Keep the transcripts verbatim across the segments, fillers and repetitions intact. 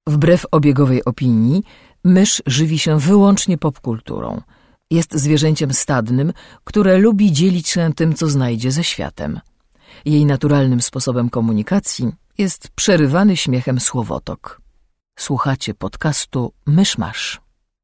Wbrew obiegowej opinii, mysz żywi się wyłącznie popkulturą. Jest zwierzęciem stadnym, które lubi dzielić się tym, co znajdzie ze światem. Jej naturalnym sposobem komunikacji jest przerywany śmiechem słowotok. Słuchacie podcastu Mysz Masz.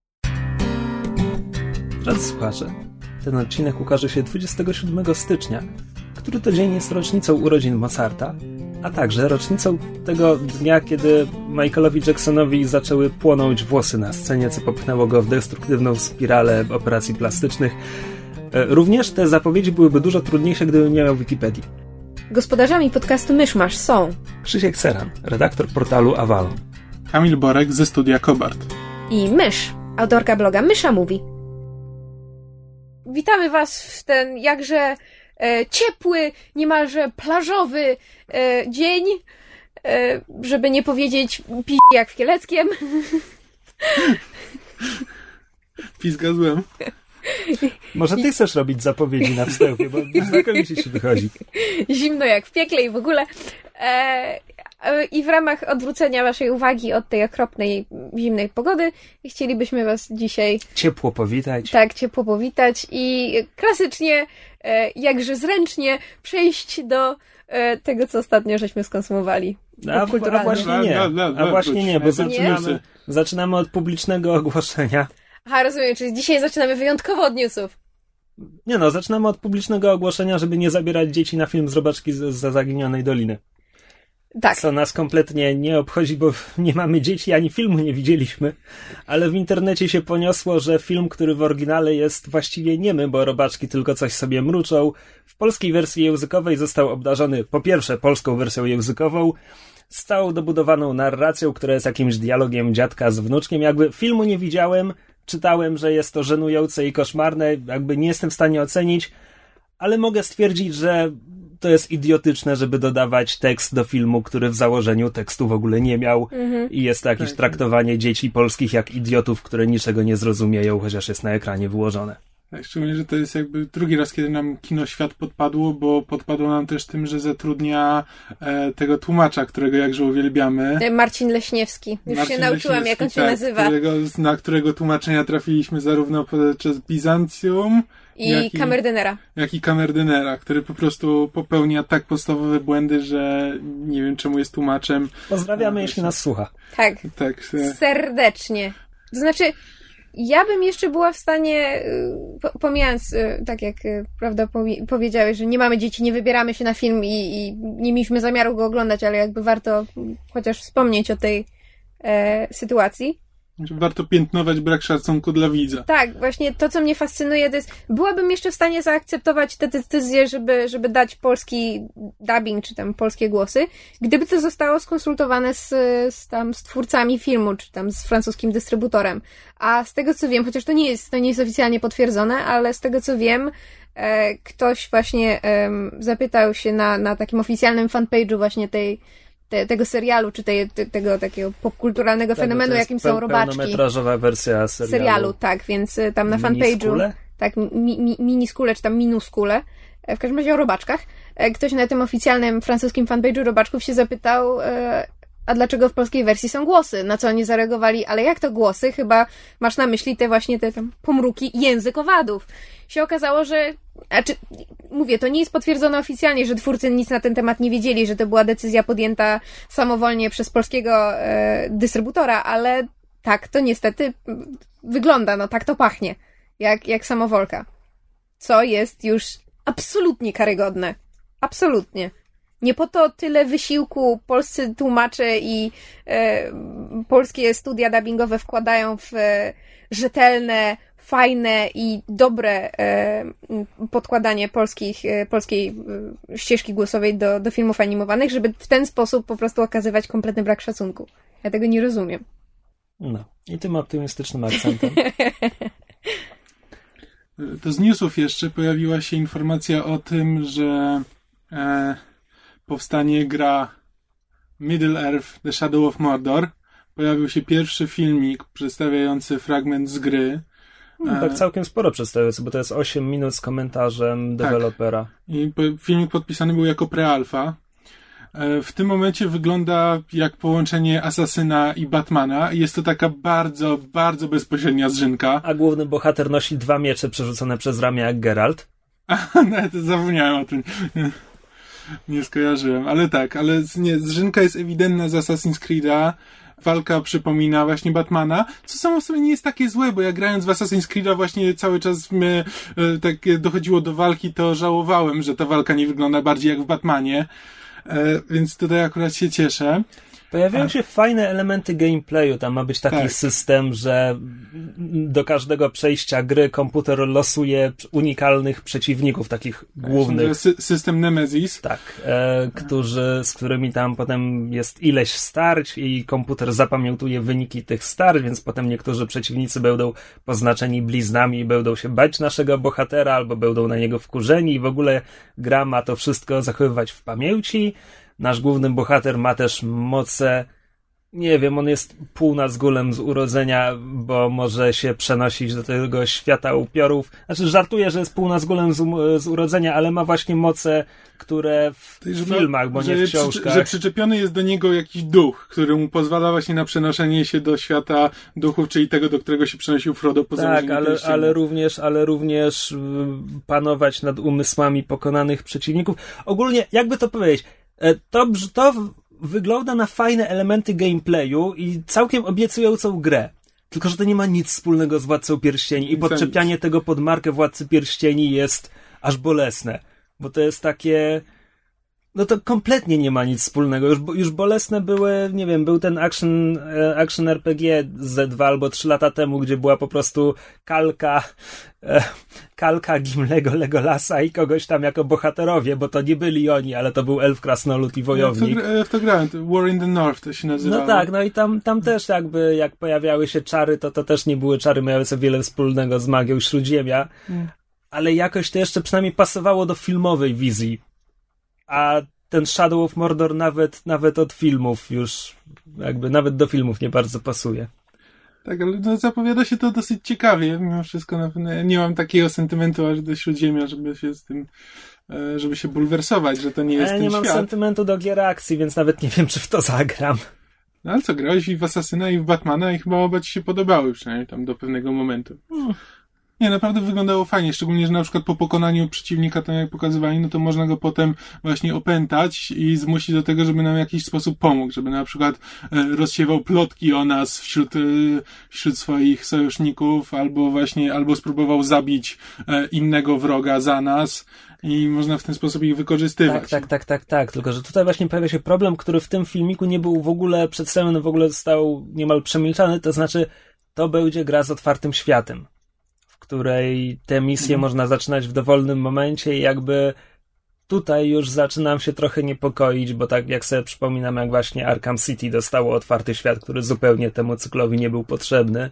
Drodzy słuchacze, ten odcinek ukaże się dwudziestego siódmego stycznia, który to dzień jest rocznicą urodzin Mozarta, a także rocznicą tego dnia, kiedy Michaelowi Jacksonowi zaczęły płonąć włosy na scenie, co popchnęło go w destruktywną spiralę operacji plastycznych. Również te zapowiedzi byłyby dużo trudniejsze, gdyby nie miał Wikipedii. Gospodarzami podcastu Mysz Masz są Krzysiek Seran, redaktor portalu Avalon, Kamil Borek ze studia Kobart i Mysz, autorka bloga Mysza Mówi. Witamy Was w ten jakże e, ciepły, niemalże plażowy e, dzień, e, żeby nie powiedzieć pi*** jak w Kieleckiem. Pizga złem. Może ty chcesz robić zapowiedzi na wstępie, bo znakomicie ci wychodzi. Zimno jak w piekle i w ogóle. E, e, I w ramach odwrócenia waszej uwagi od tej okropnej, zimnej pogody chcielibyśmy was dzisiaj ciepło powitać. Tak, ciepło powitać i klasycznie, e, jakże zręcznie przejść do e, tego, co ostatnio żeśmy skonsumowali. A, a właśnie nie, a właśnie nie, bo zaczynamy, zaczynamy od publicznego ogłoszenia. Aha, rozumiem, czyli dzisiaj zaczynamy wyjątkowo od newsów. Nie no, zaczynamy od publicznego ogłoszenia, żeby nie zabierać dzieci na film z Robaczki z Zaginionej Doliny. Tak. Co nas kompletnie nie obchodzi, bo nie mamy dzieci, ani filmu nie widzieliśmy. Ale w internecie się poniosło, że film, który w oryginale jest właściwie niemy, bo robaczki tylko coś sobie mruczą, w polskiej wersji językowej został obdarzony po pierwsze polską wersją językową, z całą dobudowaną narracją, która jest jakimś dialogiem dziadka z wnuczkiem. Jakby filmu nie widziałem, czytałem, że jest to żenujące i koszmarne, jakby nie jestem w stanie ocenić, ale mogę stwierdzić, że to jest idiotyczne, żeby dodawać tekst do filmu, który w założeniu tekstu w ogóle nie miał mhm. i jest to jakieś tak. traktowanie dzieci polskich jak idiotów, które niczego nie zrozumieją, chociaż jest na ekranie wyłożone. Tak, szczególnie, że to jest jakby drugi raz, kiedy nam Kino Świat podpadło, bo podpadło nam też tym, że zatrudnia e, tego tłumacza, którego jakże uwielbiamy. Marcin Leśniewski. Już Marcin się nauczyłam, jak on się tak, nazywa. Którego, na którego tłumaczenia trafiliśmy zarówno podczas Bizancjum, I jak Kamerdynera. Jak i Kamerdynera, który po prostu popełnia tak podstawowe błędy, że nie wiem, czemu jest tłumaczem. Pozdrawiamy, jeśli nas słucha. Tak, tak serdecznie. To znaczy, ja bym jeszcze była w stanie, pomijając, tak jak prawda powiedziałeś, że nie mamy dzieci, nie wybieramy się na film i, i nie mieliśmy zamiaru go oglądać, ale jakby warto chociaż wspomnieć o tej e, sytuacji. Warto piętnować brak szacunku dla widza. Tak, właśnie to, co mnie fascynuje, to jest, byłabym jeszcze w stanie zaakceptować tę decyzję, żeby, żeby dać polski dubbing, czy tam polskie głosy, gdyby to zostało skonsultowane z, z, tam, z twórcami filmu, czy tam z francuskim dystrybutorem. A z tego, co wiem, chociaż to nie jest, to nie jest oficjalnie potwierdzone, ale z tego, co wiem, e, ktoś właśnie e, zapytał się na, na takim oficjalnym fanpage'u właśnie tej Te, tego serialu, czy tej, te, tego takiego popkulturalnego tak, fenomenu, jakim są robaczki. Pełnometrażowa wersja serialu. Serialu, tak, więc tam na fanpage'u. Tak, mi, mi, miniskule, czy tam minuskule. W każdym razie o robaczkach. Ktoś na tym oficjalnym francuskim fanpage'u robaczków się zapytał, a dlaczego w polskiej wersji są głosy? Na co oni zareagowali, ale jak to głosy? Chyba masz na myśli te właśnie te tam pomruki językowadów. Się okazało, że Znaczy, mówię, to nie jest potwierdzone oficjalnie, że twórcy nic na ten temat nie wiedzieli, że to była decyzja podjęta samowolnie przez polskiego e, dystrybutora, ale tak to niestety wygląda, no tak to pachnie, jak, jak samowolka. Co jest już absolutnie karygodne. Absolutnie. Nie po to tyle wysiłku polscy tłumacze i e, polskie studia dubbingowe wkładają w e, rzetelne, fajne i dobre e, podkładanie polskich, e, polskiej e, ścieżki głosowej do, do filmów animowanych, żeby w ten sposób po prostu okazywać kompletny brak szacunku. Ja tego nie rozumiem. No, i tym optymistycznym akcentem. To z newsów jeszcze pojawiła się informacja o tym, że e, powstanie gra Middle-earth The Shadow of Mordor. Pojawił się pierwszy filmik przedstawiający fragment z gry. No, tak całkiem sporo przedstawiający, bo to jest osiem minut z komentarzem dewelopera. Tak. I filmik podpisany był jako pre-alpha. w tym momencie wygląda jak połączenie Asasyna i Batmana i jest to taka bardzo, bardzo bezpośrednia zżynka. A główny bohater nosi dwa miecze przerzucone przez ramię jak Geralt. Nawet zapomniałem o tym. Nie skojarzyłem, ale tak, ale nie, zżynka jest ewidentna z Assassin's Creed'a. Walka przypomina właśnie Batmana, co samo w sobie nie jest takie złe, bo ja grając w Assassin's Creed'a właśnie cały czas mnie e, tak dochodziło do walki, to żałowałem, że ta walka nie wygląda bardziej jak w Batmanie, e, więc tutaj akurat się cieszę. Pojawiają się fajne elementy gameplayu. Tam ma być taki tak. system, że do każdego przejścia gry komputer losuje unikalnych przeciwników, takich tak, głównych. Sy- system Nemesis. Tak, e, którzy, z którymi tam potem jest ileś starć i komputer zapamiętuje wyniki tych starć, więc potem niektórzy przeciwnicy będą poznaczeni bliznami i będą się bać naszego bohatera, albo będą na niego wkurzeni i w ogóle gra ma to wszystko zachowywać w pamięci. Nasz główny bohater ma też moce, nie wiem, on jest półnazgulem z urodzenia, bo może się przenosić do tego świata upiorów. Znaczy, żartuję, że jest półnazgulem z, um- z urodzenia, ale ma właśnie moce, które w że filmach, bo nie w książkach. Przy, że przyczepiony jest do niego jakiś duch, który mu pozwala właśnie na przenoszenie się do świata duchów, czyli tego, do którego się przenosił Frodo po Tak, ale, ale również, ale również panować nad umysłami pokonanych przeciwników. Ogólnie, jakby to powiedzieć, To, to wygląda na fajne elementy gameplayu i całkiem obiecującą grę. Tylko że to nie ma nic wspólnego z Władcą Pierścieni i podczepianie tego pod markę Władcy Pierścieni jest aż bolesne. Bo to jest takie... No to kompletnie nie ma nic wspólnego. Już, już bolesne były, nie wiem, był ten action, action R P G ze dwa albo trzy lata temu, gdzie była po prostu kalka e, kalka Gimlego, Legolasa i kogoś tam jako bohaterowie, bo to nie byli oni, ale to był elf, krasnolud i wojownik. Ja w to, ja w to grałem, War in the North to się nazywało. No tak, no i tam, tam też jakby jak pojawiały się czary, to to też nie były czary mające wiele wspólnego z magią Śródziemia, mm. ale jakoś to jeszcze przynajmniej pasowało do filmowej wizji. A ten Shadow of Mordor nawet, nawet od filmów już, jakby nawet do filmów nie bardzo pasuje. Tak, ale no, zapowiada się to dosyć ciekawie, mimo wszystko na pewno nie mam takiego sentymentu aż do Śródziemia, żeby się z tym, żeby się bulwersować, że to nie jest ja ten nie świat. mam sentymentu do gier akcji, więc nawet nie wiem, czy w to zagram. No ale co, grałeś i w Asasyna i w Batmana i chyba oba ci się podobały, przynajmniej tam do pewnego momentu. Hmm. Nie, naprawdę wyglądało fajnie, szczególnie, że na przykład po pokonaniu przeciwnika, tam jak pokazywali, no to można go potem właśnie opętać i zmusić do tego, żeby nam w jakiś sposób pomógł, żeby na przykład e, rozsiewał plotki o nas wśród, e, wśród swoich sojuszników, albo właśnie, albo spróbował zabić e, innego wroga za nas i można w ten sposób ich wykorzystywać. Tak, tak, tak, tak, tak, tylko że tutaj właśnie pojawia się problem, który w tym filmiku nie był w ogóle przedstawiony, w ogóle został niemal przemilczany, to znaczy to będzie gra z otwartym światem, w której te misje mhm. można zaczynać w dowolnym momencie i jakby tutaj już zaczynam się trochę niepokoić, bo tak jak sobie przypominam, jak właśnie Arkham City dostało otwarty świat, który zupełnie temu cyklowi nie był potrzebny.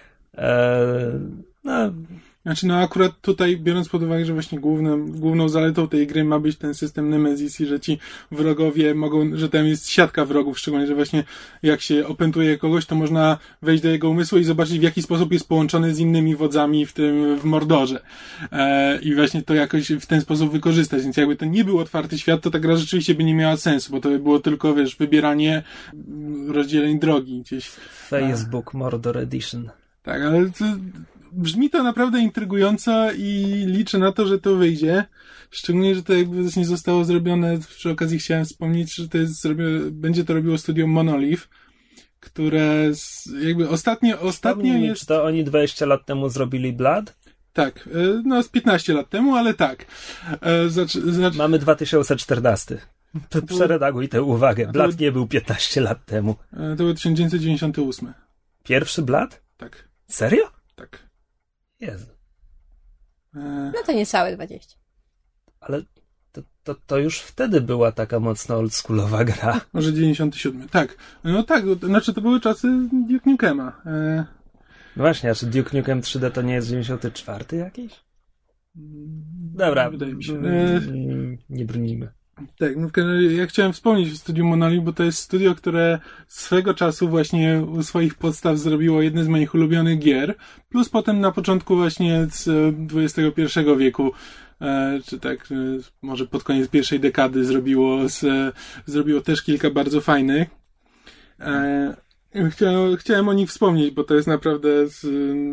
Eee, no... Znaczy, no akurat tutaj, biorąc pod uwagę, że właśnie główną, główną zaletą tej gry ma być ten system Nemesis i że ci wrogowie mogą, że tam jest siatka wrogów, szczególnie, że właśnie jak się opętuje kogoś, to można wejść do jego umysłu i zobaczyć, w jaki sposób jest połączony z innymi wodzami w tym, w Mordorze. E, I właśnie to jakoś w ten sposób wykorzystać. Więc jakby to nie był otwarty świat, to ta gra rzeczywiście by nie miała sensu, bo to by było tylko, wiesz, wybieranie rozdzieleń drogi gdzieś. Facebook Mordor Edition. Tak, ale to... Brzmi to naprawdę intrygująco i liczę na to, że to wyjdzie. Szczególnie, że to jakby nie zostało zrobione, przy okazji chciałem wspomnieć, że to jest zrobione, będzie to robiło studio Monolith, które z, jakby ostatnio, ostatnio mi, jest... Czy to oni dwadzieścia lat temu zrobili Blood? Tak, no z piętnaście lat temu, ale tak. Zacz, zacz... Mamy dwa tysiące czternasty. Przeredaguj tę uwagę. Blood nie był piętnaście lat temu. To był tysiąc dziewięćset dziewięćdziesiąty ósmy. Pierwszy Blood? Tak. Serio? Tak. Jezu. No to niecałe dwadzieścia. Ale to, to, to już wtedy była taka mocno oldschoolowa gra. Może dziewięćdziesiąty siódmy. Tak. No tak, to znaczy to były czasy Duke Nukema. E... No właśnie, a czy Duke Nukem trzy D to nie jest dziewięćdziesiąty czwarty jakiś? Dobra. Wydaje mi się. E... Nie brnijmy. Tak, no ja chciałem wspomnieć o studiu Monolith, bo to jest studio, które swego czasu właśnie u swoich podstaw zrobiło jedne z moich ulubionych gier, plus potem na początku właśnie z dwudziestego pierwszego wieku e, czy tak e, może pod koniec pierwszej dekady zrobiło, z, e, zrobiło też kilka bardzo fajnych. E, chciałem, chciałem o nich wspomnieć, bo to jest naprawdę z,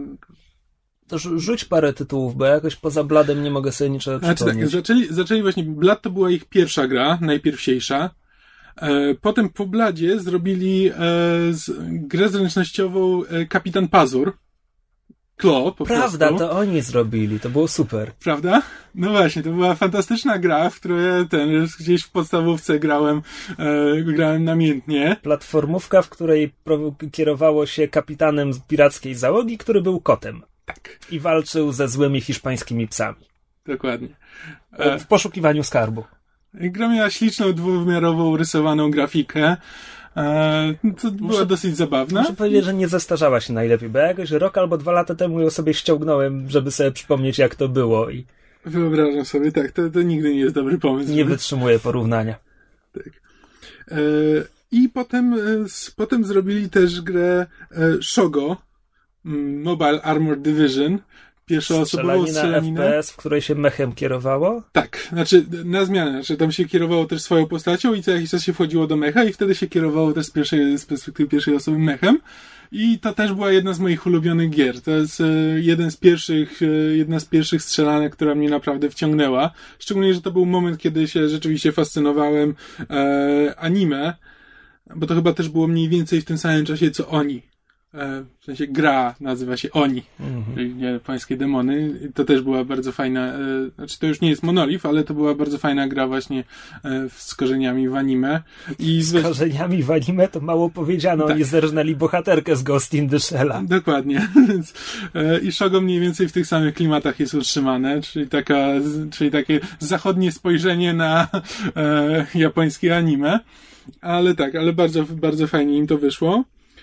to rzuć parę tytułów, bo ja jakoś poza Bladem nie mogę sobie niczego znaczy przypomnieć. Tak, zaczęli, zaczęli właśnie, Blad to była ich pierwsza gra, najpierwsiejsza. E, potem po Bladzie zrobili e, z, grę zręcznościową e, Kapitan Pazur. Claw, po Prawda, prostu. to oni zrobili, to było super. Prawda? No właśnie, to była fantastyczna gra, w której ja ten, już gdzieś w podstawówce grałem, e, grałem namiętnie. Platformówka, w której pro- kierowało się kapitanem z pirackiej załogi, który był kotem. Tak. I walczył ze złymi hiszpańskimi psami. Dokładnie. E, w poszukiwaniu skarbu. Gra miała śliczną, dwuwymiarową, rysowaną grafikę. E, to była muszę, dosyć zabawna. Muszę powiedzieć, że nie zestarzała się najlepiej, bo ja jakoś rok albo dwa lata temu ją sobie ściągnąłem, żeby sobie przypomnieć, jak to było. I wyobrażam sobie, tak, to, to nigdy nie jest dobry pomysł. Nie żeby... wytrzymuje porównania. Tak. E, I potem, e, z, potem zrobili też grę e, Shogo, Mobile Armored Division, pierwszoosobową strzelaninę F P S, w której się mechem kierowało? Tak, znaczy na zmianę, znaczy tam się kierowało też swoją postacią i co jakiś czas się wchodziło do mecha i wtedy się kierowało też z, pierwszej, z perspektywy pierwszej osoby mechem i to też była jedna z moich ulubionych gier. To jest e, jeden z pierwszych, e, jedna z pierwszych strzelanek, która mnie naprawdę wciągnęła. Szczególnie, że to był moment, kiedy się rzeczywiście fascynowałem e, anime, bo to chyba też było mniej więcej w tym samym czasie co oni. W sensie gra nazywa się Oni, mhm. czyli nie, japońskie demony. To też była bardzo fajna, e, znaczy to już nie jest Monolith, ale to była bardzo fajna gra właśnie e, z korzeniami w anime. I z korzeniami w anime to mało powiedziano, tak. Oni zerżnęli bohaterkę z Ghost in the Shell'a. Dokładnie. e, I Shogo mniej więcej w tych samych klimatach jest utrzymane, czyli taka, czyli takie zachodnie spojrzenie na e, japońskie anime. Ale tak, ale bardzo, bardzo fajnie im to wyszło.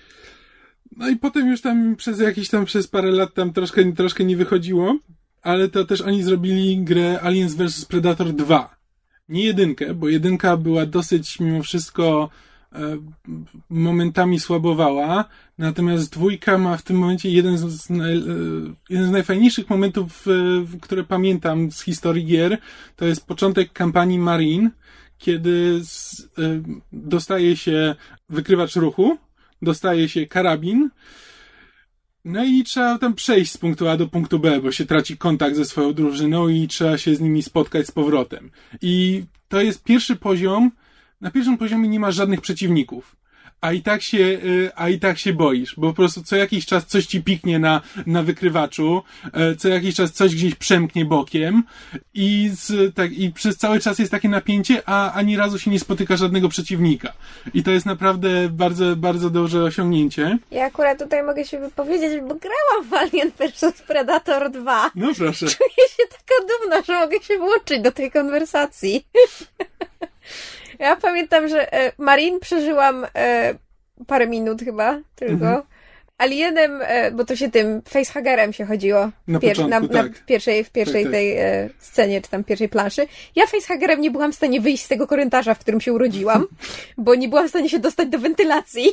No i potem już tam przez jakieś tam, przez parę lat tam troszkę, troszkę nie wychodziło, ale to też oni zrobili grę Aliens versus. Predator dwa. Nie jedynkę, bo jedynka była dosyć mimo wszystko e, momentami słabowała, natomiast dwójka ma w tym momencie jeden z, naj, jeden z najfajniejszych momentów, e, które pamiętam z historii gier, to jest początek kampanii Marine, kiedy z, e, dostaje się wykrywacz ruchu, dostaje się karabin, no i trzeba tam przejść z punktu A do punktu B, bo się traci kontakt ze swoją drużyną i trzeba się z nimi spotkać z powrotem. I to jest pierwszy poziom, na pierwszym poziomie nie ma żadnych przeciwników. A i tak się, a i tak się boisz, bo po prostu co jakiś czas coś ci piknie na, na wykrywaczu, co jakiś czas coś gdzieś przemknie bokiem i, z, tak, i przez cały czas jest takie napięcie, a ani razu się nie spotyka żadnego przeciwnika. I to jest naprawdę bardzo, bardzo duże osiągnięcie. Ja akurat tutaj mogę się wypowiedzieć, bo grałam w Alien versus. Predator dwa. No proszę. Czuję się taka dumna, że mogę się włączyć do tej konwersacji. Ja pamiętam, że e, Marine przeżyłam e, parę minut chyba tylko. Mhm. Alienem, e, bo to się tym facehagerem się chodziło na, pier- początku, na, tak. na pierwszej, w pierwszej tak, tej e, scenie, czy tam pierwszej planszy. Ja facehagerem nie byłam w stanie wyjść z tego korytarza, w którym się urodziłam, bo nie byłam w stanie się dostać do wentylacji.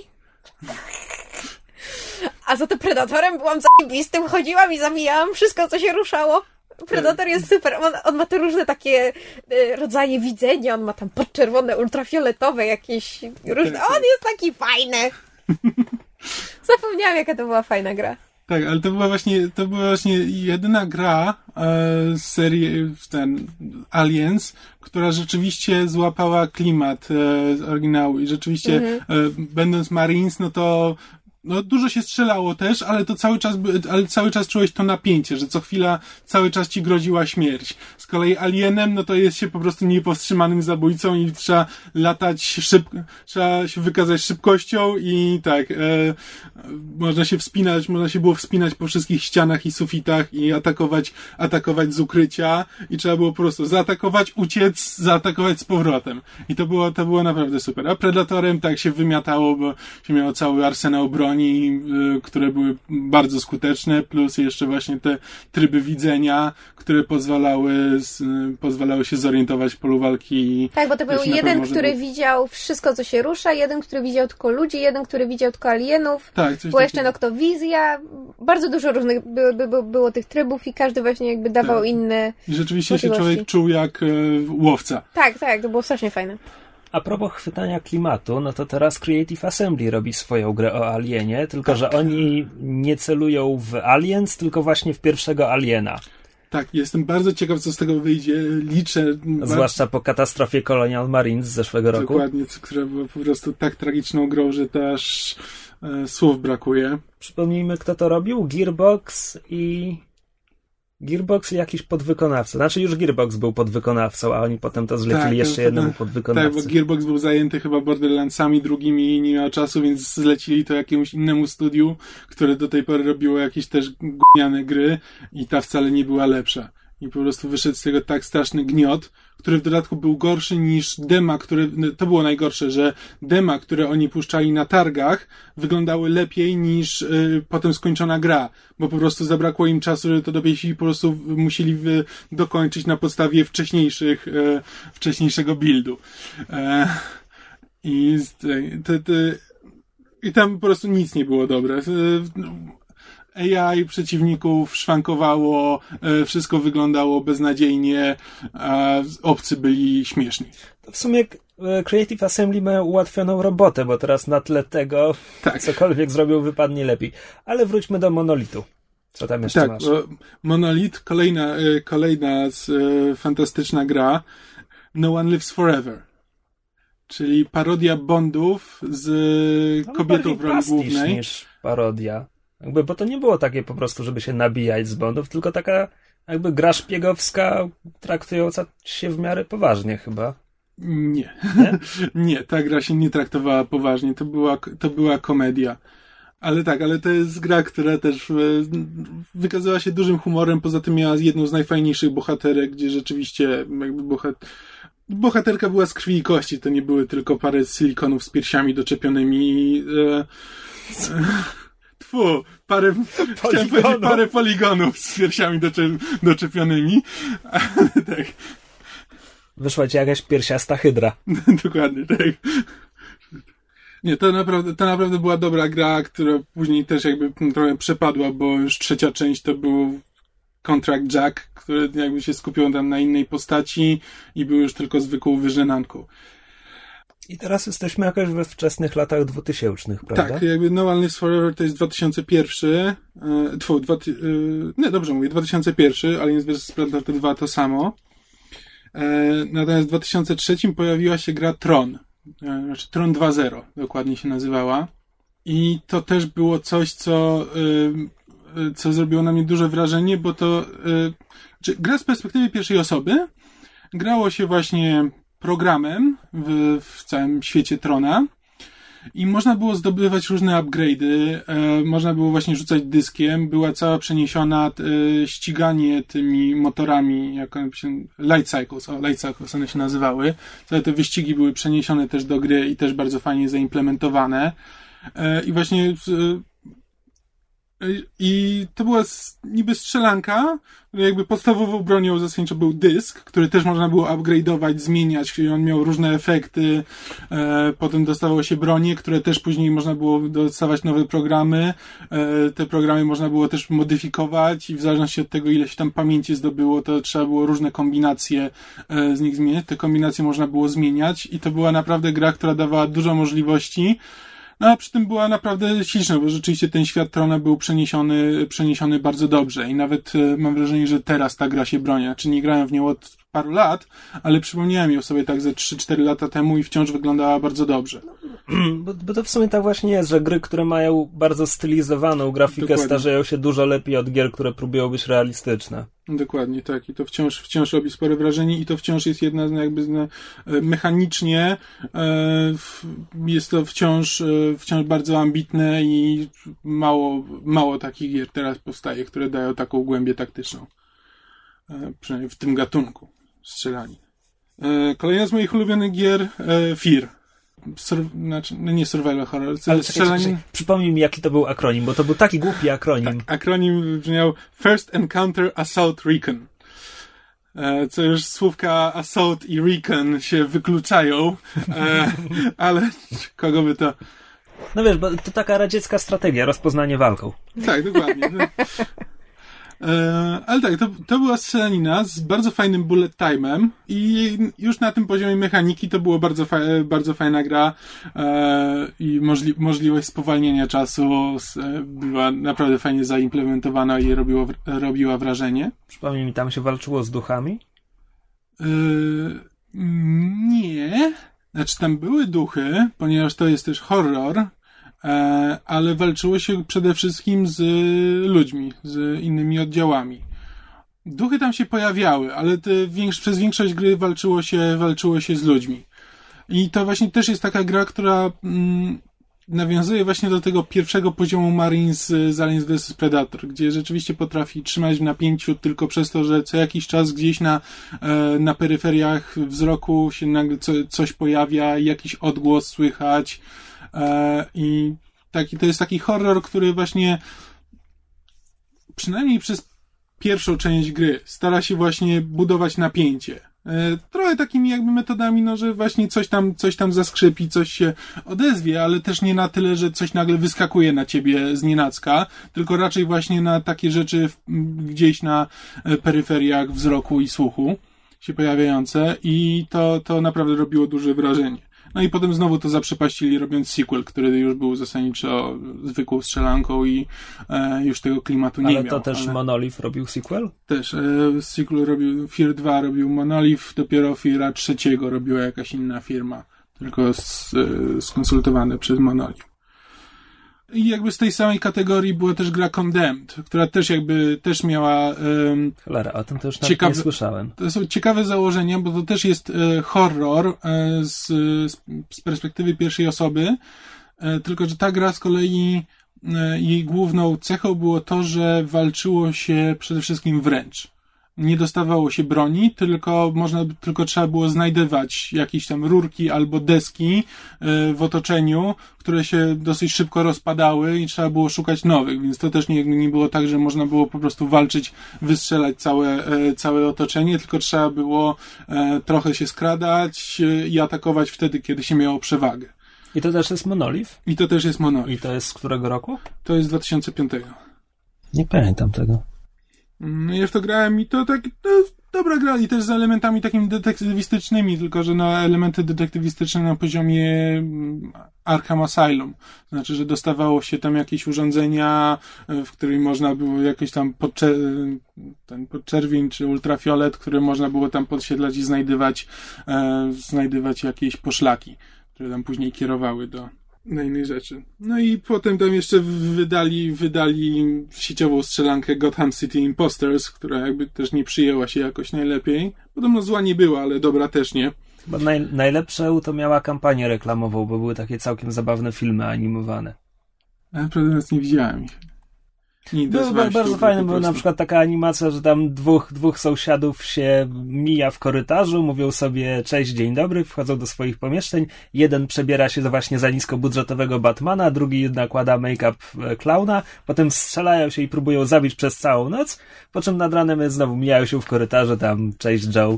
A za to Predatorem byłam zajebistym, chodziłam i zabijałam wszystko, co się ruszało. Predator jest super. On, on ma te różne takie e, rodzaje widzenia. On ma tam podczerwone, ultrafioletowe jakieś różne. On jest taki fajny. Zapomniałam, jaka to była fajna gra. Tak, ale to była właśnie, to była właśnie jedyna gra e, z serii ten Aliens, która rzeczywiście złapała klimat e, z oryginału i rzeczywiście mhm. e, będąc Marines, no to no dużo się strzelało też, ale to cały czas, ale cały czas czułeś to napięcie, że co chwila cały czas ci groziła śmierć. Z kolei Alienem, no to jest się po prostu niepowstrzymanym zabójcą i trzeba latać szybko, trzeba się wykazać szybkością i tak, e, można się wspinać, można się było wspinać po wszystkich ścianach i sufitach i atakować, atakować z ukrycia i trzeba było po prostu zaatakować, uciec, zaatakować z powrotem. I to było, to było naprawdę super. A Predatorem tak się wymiatało, bo się miało cały arsenał broni broni, które były bardzo skuteczne, plus jeszcze właśnie te tryby widzenia, które pozwalały, pozwalały się zorientować w polu walki. Tak, bo to był jeden, który był... widział wszystko, co się rusza, jeden, który widział tylko ludzi, jeden, który widział tylko alienów. Tak, coś Była jeszcze noktowizja. Bardzo dużo różnych było, było, było tych trybów i każdy właśnie jakby dawał tak. inne I rzeczywiście się człowiek czuł jak e, łowca. Tak, tak, to było strasznie fajne. A propos chwytania klimatu, no to teraz Creative Assembly robi swoją grę o Alienie, tylko że oni nie celują w Aliens, tylko właśnie w pierwszego Aliena. Tak, jestem bardzo ciekaw, co z tego wyjdzie. Liczę... Zwłaszcza po katastrofie Colonial Marines z zeszłego roku. Dokładnie, która była po prostu tak tragiczną grą, że to aż e, słów brakuje. Przypomnijmy, kto to robił? Gearbox i... Gearbox i jakiś podwykonawca. Znaczy już Gearbox był podwykonawcą, a oni potem to zlecili tak, jeszcze jednemu tak, podwykonawcy. Tak, bo Gearbox był zajęty chyba Borderlandsami drugimi i nie miał czasu, więc zlecili to jakiemuś innemu studiu, które do tej pory robiło jakieś też gówniane gry i ta wcale nie była lepsza. I po prostu wyszedł z tego tak straszny gniot, który w dodatku był gorszy niż dema, które, to było najgorsze, że dema, które oni puszczali na targach, wyglądały lepiej niż y, potem skończona gra, bo po prostu zabrakło im czasu, żeby to dowieść i po prostu musieli wy, dokończyć na podstawie wcześniejszych, y, wcześniejszego buildu. E, i, te, te, I tam po prostu nic nie było dobre. A I przeciwników szwankowało, wszystko wyglądało beznadziejnie, a obcy byli śmieszni. To w sumie Creative Assembly mają ułatwioną robotę, bo teraz na tle tego tak. cokolwiek zrobią wypadnie lepiej. Ale wróćmy do Monolitu. Co tam jeszcze tak, masz? Monolith, kolejna, kolejna fantastyczna gra. No One Lives Forever. Czyli parodia Bondów z no, kobietą w roli głównej. Niż parodia. Jakby, bo to nie było takie po prostu, żeby się nabijać z Bondów, tylko taka jakby gra szpiegowska traktująca się w miarę poważnie chyba. Nie. Nie, nie ta gra się nie traktowała poważnie. To była, to była komedia. Ale tak, ale to jest gra, która też wykazała się dużym humorem, poza tym miała jedną z najfajniejszych bohaterek, gdzie rzeczywiście jakby bohat... bohaterka była z krwi i kości, to nie były tylko parę silikonów z piersiami doczepionymi. E... E... Tfu, parę, chciałem powiedzieć parę poligonów z piersiami doczep, doczepionymi. Ale tak. Wyszła ci jakaś piersiasta hydra. Dokładnie, tak. Nie, to naprawdę, to naprawdę była dobra gra, która później też jakby trochę przepadła, bo już trzecia część to był Contract Jack, który jakby się skupił tam na innej postaci i był już tylko zwykłą wyżynanką. I teraz jesteśmy jakoś we wczesnych latach dwutysięcznych, prawda? Tak, jakby No One Lives Forever to jest dwa tysiące pierwszy, e, tfu, dwa, e, nie, dobrze mówię, dwa tysiące pierwszy, Aliens versus. Predator dwa to samo. E, natomiast w dwa tysiące trzecim pojawiła się gra Tron, e, znaczy Tron dwa zero dokładnie się nazywała. I to też było coś, co, e, co zrobiło na mnie duże wrażenie, bo to e, gra z perspektywy pierwszej osoby, grało się właśnie programem w, w całym świecie Trona i można było zdobywać różne upgrade'y, e, można było właśnie rzucać dyskiem, była cała przeniesiona e, ściganie tymi motorami, jak one się, Light Cycles, o, Light Cycles one się nazywały. Całe te wyścigi były przeniesione też do gry i też bardzo fajnie zaimplementowane. E, I właśnie e, I to była niby strzelanka, jakby podstawową bronią zasadniczo był dysk, który też można było upgrade'ować, zmieniać, on miał różne efekty, e, potem dostawało się bronie, które też później można było dostawać nowe programy, e, te programy można było też modyfikować i w zależności od tego, ile się tam pamięci zdobyło, to trzeba było różne kombinacje e, z nich zmieniać, te kombinacje można było zmieniać i to była naprawdę gra, która dawała dużo możliwości. No a przy tym była naprawdę śliczna, bo rzeczywiście ten świat Trona był przeniesiony, przeniesiony bardzo dobrze i nawet e, mam wrażenie, że teraz ta gra się broni. Znaczy nie grałem w nią od paru lat, ale przypomniałem ją sobie tak ze trzy cztery lata temu i wciąż wyglądała bardzo dobrze. Bo, bo to w sumie tak właśnie jest, że gry, które mają bardzo stylizowaną grafikę, dokładnie, starzeją się dużo lepiej od gier, które próbują być realistyczne. Dokładnie, tak. I to wciąż, wciąż robi spore wrażenie i to wciąż jest jedna z jakby z, mechanicznie e, jest to wciąż, e, wciąż bardzo ambitne i mało, mało takich gier teraz powstaje, które dają taką głębię taktyczną. E, przynajmniej w tym gatunku strzelani. E, kolejna z moich ulubionych gier, e, Fear. sur, znaczy, no nie survival horror. Ale czekaj, czekaj, przypomnij mi, jaki to był akronim, bo to był taki głupi akronim. Tak, akronim brzmiał First Encounter Assault Recon. E, co już słówka assault i recon się wykluczają, e, ale kogo by to... No wiesz, bo to taka radziecka strategia, rozpoznanie walką. Tak, dokładnie. E, ale tak, to, to była strzelanina z bardzo fajnym bullet time'em i już na tym poziomie mechaniki to było bardzo, fa- bardzo fajna gra e, i możli- możliwość spowalnienia czasu e, była naprawdę fajnie zaimplementowana i robiło, robiła wrażenie. Przypomnij mi, tam się walczyło z duchami? E, nie. Znaczy tam były duchy, ponieważ to jest też horror, ale walczyło się przede wszystkim z ludźmi, z innymi oddziałami. Duchy tam się pojawiały, ale te większ- przez większość gry walczyło się, walczyło się z ludźmi. I to właśnie też jest taka gra, która mm, nawiązuje właśnie do tego pierwszego poziomu Marines z Aliens versus. Predator, gdzie rzeczywiście potrafi trzymać w napięciu tylko przez to, że co jakiś czas gdzieś na, na peryferiach wzroku się nagle co, coś pojawia, jakiś odgłos słychać. I taki, to jest taki horror, który właśnie przynajmniej przez pierwszą część gry stara się właśnie budować napięcie. Trochę takimi jakby metodami, no, że właśnie coś tam, coś tam zaskrzypi, coś się odezwie, ale też nie na tyle, że coś nagle wyskakuje na ciebie znienacka, tylko raczej właśnie na takie rzeczy gdzieś na peryferiach wzroku i słuchu się pojawiające i to, to naprawdę robiło duże wrażenie. No i potem znowu to zaprzepaścili, robiąc sequel, który już był zasadniczo zwykłą strzelanką i e, już tego klimatu nie ale miał. Ale to też ale... Monolith robił sequel? Też. E, sequel robił, Fear dwa robił Monolith, dopiero Feara trzeciego robiła jakaś inna firma, tylko s, e, skonsultowane przez Monolith. I jakby z tej samej kategorii była też gra Condemned, która też jakby też miała um, cholera, o tym to już ciekawe, nie słyszałem. To są ciekawe założenia, bo to też jest e, horror e, z, z perspektywy pierwszej osoby, e, tylko że ta gra z kolei e, jej główną cechą było to, że walczyło się przede wszystkim wręcz. Nie dostawało się broni, tylko można, tylko trzeba było znajdywać jakieś tam rurki albo deski w otoczeniu, które się dosyć szybko rozpadały i trzeba było szukać nowych, więc to też nie, nie było tak, że można było po prostu walczyć, wystrzelać całe, całe otoczenie, tylko trzeba było trochę się skradać i atakować wtedy, kiedy się miało przewagę. I to też jest Monolith? I to też jest Monolith. I to jest z którego roku? To jest z dwa tysiące piątego. Nie pamiętam tego. Ja w to grałem i to tak, to dobra gra i też z elementami takimi detektywistycznymi, tylko że no elementy detektywistyczne na poziomie Arkham Asylum. Znaczy, że dostawało się tam jakieś urządzenia, w których można było jakieś tam podcze- ten podczerwień czy ultrafiolet, które można było tam podsiedlać i znajdywać, e, znajdywać jakieś poszlaki, które tam później kierowały do na innej rzeczy. No i potem tam jeszcze wydali, wydali sieciową strzelankę Gotham City Imposters, która jakby też nie przyjęła się jakoś najlepiej. Podobno zła nie była, ale dobra też nie. Bo naj, najlepsze to miała kampanię reklamową, bo były takie całkiem zabawne filmy animowane. Ale prawdę nie widziałem ich. Było bardzo fajne, była na przykład taka animacja, że tam dwóch, dwóch sąsiadów się mija w korytarzu, mówią sobie cześć, dzień dobry, wchodzą do swoich pomieszczeń, jeden przebiera się właśnie za niskobudżetowego Batmana, drugi nakłada make-up klauna, potem strzelają się i próbują zabić przez całą noc, po czym nad ranem znowu mijają się w korytarzu, tam cześć Joe.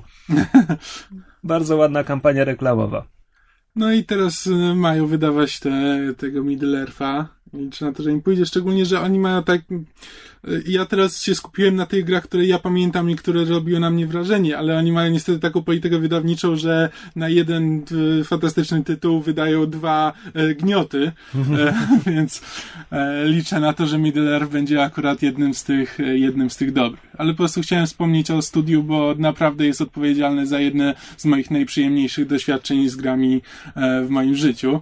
Bardzo ładna kampania reklamowa. No i teraz mają wydawać te, tego Middle Earth'a. Liczę na to, że im pójdzie, szczególnie, że oni mają tak... Ja teraz się skupiłem na tych grach, które ja pamiętam i które robiły na mnie wrażenie, ale oni mają niestety taką politykę wydawniczą, że na jeden fantastyczny tytuł wydają dwa e, gnioty, e, więc e, liczę na to, że Middle Earth będzie akurat jednym z tych, jednym z tych dobrych. Ale po prostu chciałem wspomnieć o studiu, bo naprawdę jest odpowiedzialne za jedne z moich najprzyjemniejszych doświadczeń z grami e, w moim życiu.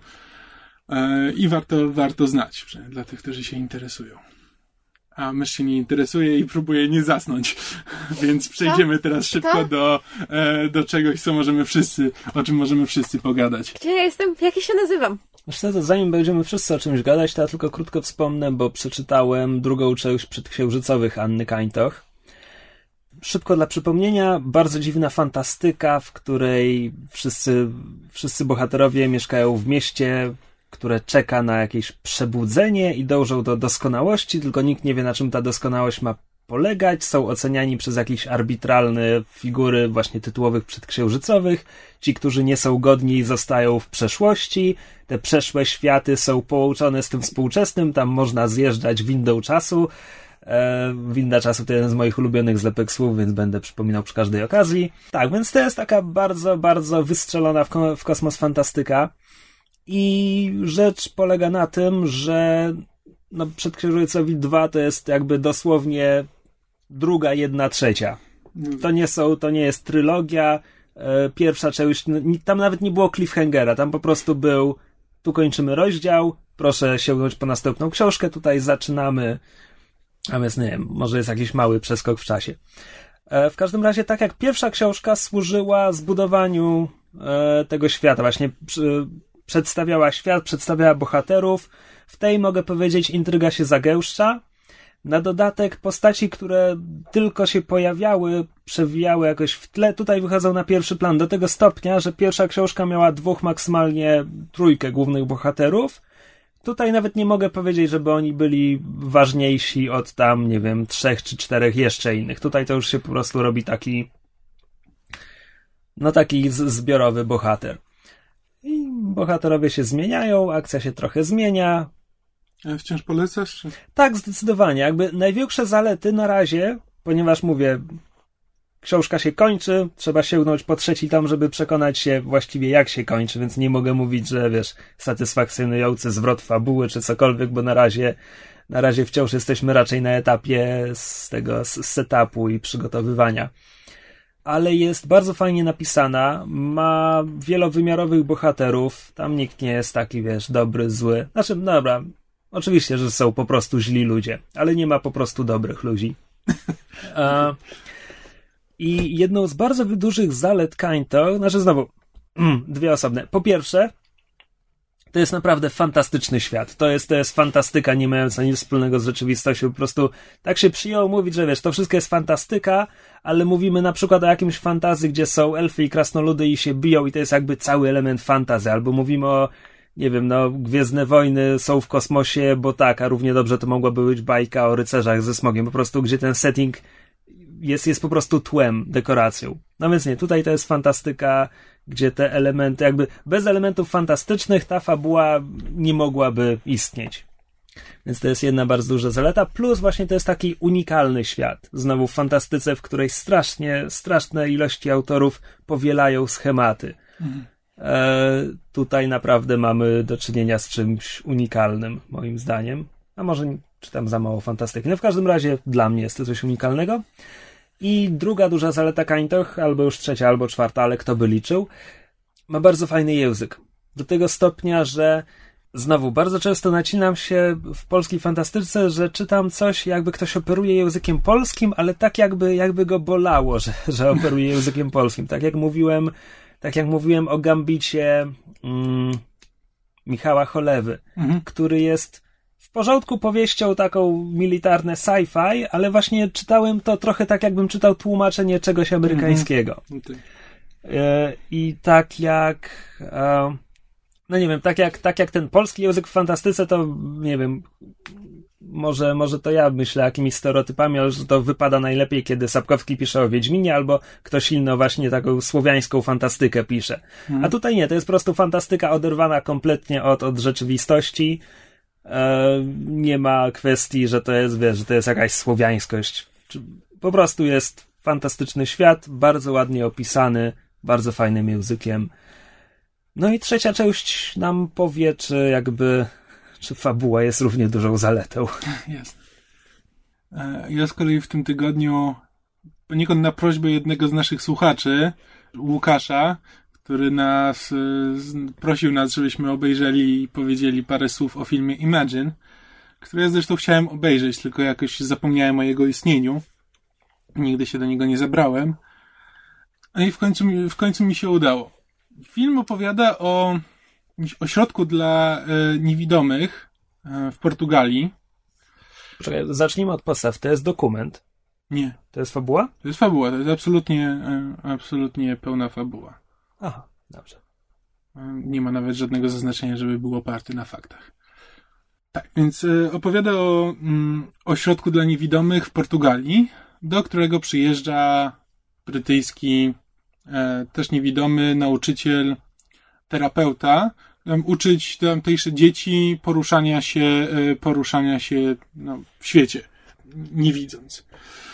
I warto, warto znać, przynajmniej dla tych, którzy się interesują. A mysz się nie interesuje i próbuje nie zasnąć. Więc przejdziemy teraz szybko do, do czegoś, co możemy wszyscy, o czym możemy wszyscy pogadać. Gdzie ja jestem? Jak ja się nazywam? Myślę, że zanim będziemy wszyscy o czymś gadać, to ja tylko krótko wspomnę, bo przeczytałem drugą część przedksiężycowych Anny Kańtoch. szybko dla przypomnienia, bardzo dziwna fantastyka, w której wszyscy, wszyscy bohaterowie mieszkają w mieście, które czeka na jakieś przebudzenie i dążą do doskonałości, tylko nikt nie wie, na czym ta doskonałość ma polegać. Są oceniani przez jakieś arbitralne figury właśnie tytułowych przedksiężycowych. Ci, którzy nie są godni, zostają w przeszłości. Te przeszłe światy są połączone z tym współczesnym. Tam można zjeżdżać windą czasu. E, winda czasu to jeden z moich ulubionych zlepek słów, więc będę przypominał przy każdej okazji. Tak, więc to jest taka bardzo, bardzo wystrzelona w, ko- w kosmos fantastyka. I rzecz polega na tym, że no, Przedksiężycowi dwa to jest jakby dosłownie druga, jedna trzecia. To nie są, to nie jest trylogia. E, pierwsza część, tam nawet nie było cliffhangera, tam po prostu był, tu kończymy rozdział, proszę sięgnąć po następną książkę, tutaj zaczynamy, a więc nie wiem, może jest jakiś mały przeskok w czasie. E, w każdym razie, tak jak pierwsza książka służyła zbudowaniu e, tego świata, właśnie przy, przedstawiała świat, przedstawiała bohaterów, w tej, mogę powiedzieć, intryga się zagęszcza. Na dodatek postaci, które tylko się pojawiały, przewijały jakoś w tle, tutaj wychodzą na pierwszy plan do tego stopnia, że pierwsza książka miała dwóch, maksymalnie trójkę głównych bohaterów. Tutaj nawet nie mogę powiedzieć, żeby oni byli ważniejsi od tam, nie wiem, trzech czy czterech jeszcze innych. Tutaj to już się po prostu robi taki, no taki z- zbiorowy bohater. I bohaterowie się zmieniają, akcja się trochę zmienia. A wciąż polecasz? Czy? Tak, zdecydowanie. Jakby największe zalety na razie, ponieważ mówię, książka się kończy, trzeba sięgnąć po trzeci tom, żeby przekonać się właściwie jak się kończy, więc nie mogę mówić, że wiesz, satysfakcjonujący zwrot fabuły czy cokolwiek, bo na razie, na razie wciąż jesteśmy raczej na etapie z tego z setupu i przygotowywania. Ale jest bardzo fajnie napisana, ma wielowymiarowych bohaterów, tam nikt nie jest taki, wiesz, dobry, zły. Znaczy, no dobra, oczywiście, że są po prostu źli ludzie, ale nie ma po prostu dobrych ludzi. A, I jedną z bardzo dużych zalet Kainto, znaczy znowu, dwie osobne. Po pierwsze, to jest naprawdę fantastyczny świat. To jest, to jest fantastyka, nie mająca nic wspólnego z rzeczywistością. Po prostu tak się przyjęło mówić, że wiesz, to wszystko jest fantastyka, ale mówimy na przykład o jakimś fantazji, gdzie są elfy i krasnoludy i się biją i to jest jakby cały element fantazy. Albo mówimy o, nie wiem, no, Gwiezdne Wojny są w kosmosie, bo tak, a równie dobrze to mogłaby być bajka o rycerzach ze smogiem. Po prostu, gdzie ten setting jest, jest po prostu tłem, dekoracją. No więc nie, tutaj to jest fantastyka, gdzie te elementy, jakby bez elementów fantastycznych ta fabuła nie mogłaby istnieć. Więc to jest jedna bardzo duża zaleta, plus właśnie to jest taki unikalny świat. Znowu w fantastyce, w której strasznie, straszne ilości autorów powielają schematy. Mhm. E, tutaj naprawdę mamy do czynienia z czymś unikalnym, moim zdaniem. A może czytam za mało fantastyki. No w każdym razie dla mnie jest to coś unikalnego. I druga duża zaleta Kaintoch, albo już trzecia, albo czwarta, ale kto by liczył, ma bardzo fajny język. Do tego stopnia, że znowu bardzo często nacinam się w polskiej fantastyce, że czytam coś, jakby ktoś operuje językiem polskim, ale tak jakby, jakby go bolało, że, że operuje językiem polskim. Tak jak mówiłem, tak jak mówiłem o Gambicie mm, Michała Cholewy, mhm. który jest w porządku powieścią taką militarne sci-fi, ale właśnie czytałem to trochę tak, jakbym czytał tłumaczenie czegoś amerykańskiego. Mm-hmm. Okay. I tak jak no nie wiem, tak jak, tak jak ten polski język w fantastyce, to nie wiem, może, może to ja myślę jakimiś stereotypami, ale że to wypada najlepiej, kiedy Sapkowski pisze o Wiedźminie, albo ktoś inny właśnie taką słowiańską fantastykę pisze. Mm. A tutaj nie, to jest po prostu fantastyka oderwana kompletnie od, od rzeczywistości. Nie ma kwestii, że to jest, wiesz, że to jest jakaś słowiańskość. Po prostu jest fantastyczny świat, bardzo ładnie opisany, bardzo fajnym językiem. No i trzecia część nam powie, czy jakby, czy fabuła jest równie dużą zaletą. Jest. Ja z kolei w tym tygodniu, poniekąd na prośbę jednego z naszych słuchaczy, Łukasza, który nas prosił nas, żebyśmy obejrzeli i powiedzieli parę słów o filmie Imagine, który ja zresztą chciałem obejrzeć, tylko jakoś zapomniałem o jego istnieniu. Nigdy się do niego nie zabrałem. No i w końcu, w końcu mi się udało. Film opowiada o ośrodku dla e, niewidomych e, w Portugalii. Poczekaj, zacznijmy od podstaw. To jest dokument. Nie. To jest fabuła? To jest fabuła, to jest absolutnie, absolutnie pełna fabuła. Aha, dobrze. Nie ma nawet żadnego zaznaczenia, żeby był oparty na faktach. Tak, więc opowiada o mm, ośrodku dla niewidomych w Portugalii, do którego przyjeżdża brytyjski e, też niewidomy nauczyciel, terapeuta, um, uczyć tamtejsze dzieci poruszania się, e, poruszania się no, w świecie, nie widząc.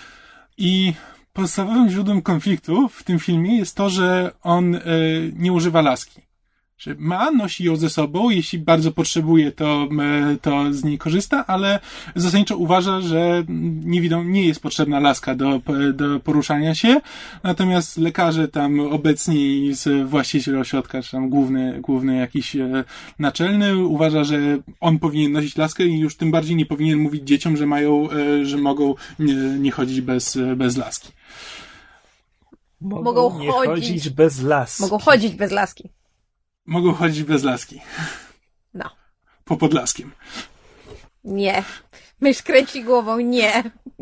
I podstawowym źródłem konfliktu w tym filmie jest to, że on e, nie używa laski. Że ma, nosi ją ze sobą, jeśli bardzo potrzebuje, to, to z niej korzysta, ale zasadniczo uważa, że niewidom, nie jest potrzebna laska do, do poruszania się, natomiast lekarze tam obecni z właściciel ośrodka, czy tam główny, główny jakiś naczelny, uważa, że on powinien nosić laskę i już tym bardziej nie powinien mówić dzieciom, że mają, że mogą nie, nie chodzić bez, bez laski. Mogą, mogą nie chodzić, chodzić bez laski. Mogą chodzić bez laski. Mogą chodzić bez laski. No. Po podlaskiem. Nie. Mysz kręci głową, nie.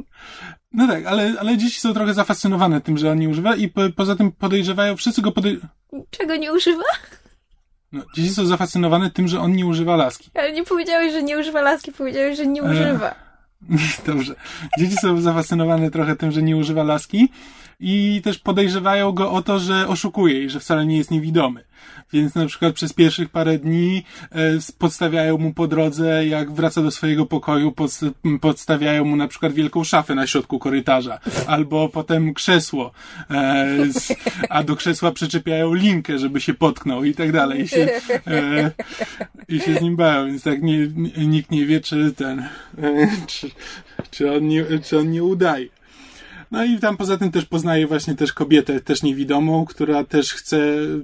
No tak, ale, ale dzieci są trochę zafascynowane tym, że on nie używa i po, poza tym podejrzewają, wszyscy go podejrzewają. Czego nie używa? No, dzieci są zafascynowane tym, że on nie używa laski. Ale nie powiedziałeś, że nie używa laski, powiedziałeś, że nie używa. E... Dobrze. Dzieci są zafascynowane trochę tym, że nie używa laski i też podejrzewają go o to, że oszukuje i że wcale nie jest niewidomy. Więc na przykład przez pierwszych parę dni e, podstawiają mu po drodze, jak wraca do swojego pokoju, pod, podstawiają mu na przykład wielką szafę na środku korytarza, albo potem krzesło, e, z, a do krzesła przyczepiają linkę, żeby się potknął i tak dalej. I się, e, i się z nim bawią, więc tak nie, nikt nie wie, czy ten, e, czy, czy, on nie, czy on nie udaje. No i tam poza tym też poznaje właśnie też kobietę, też niewidomą, która też chce,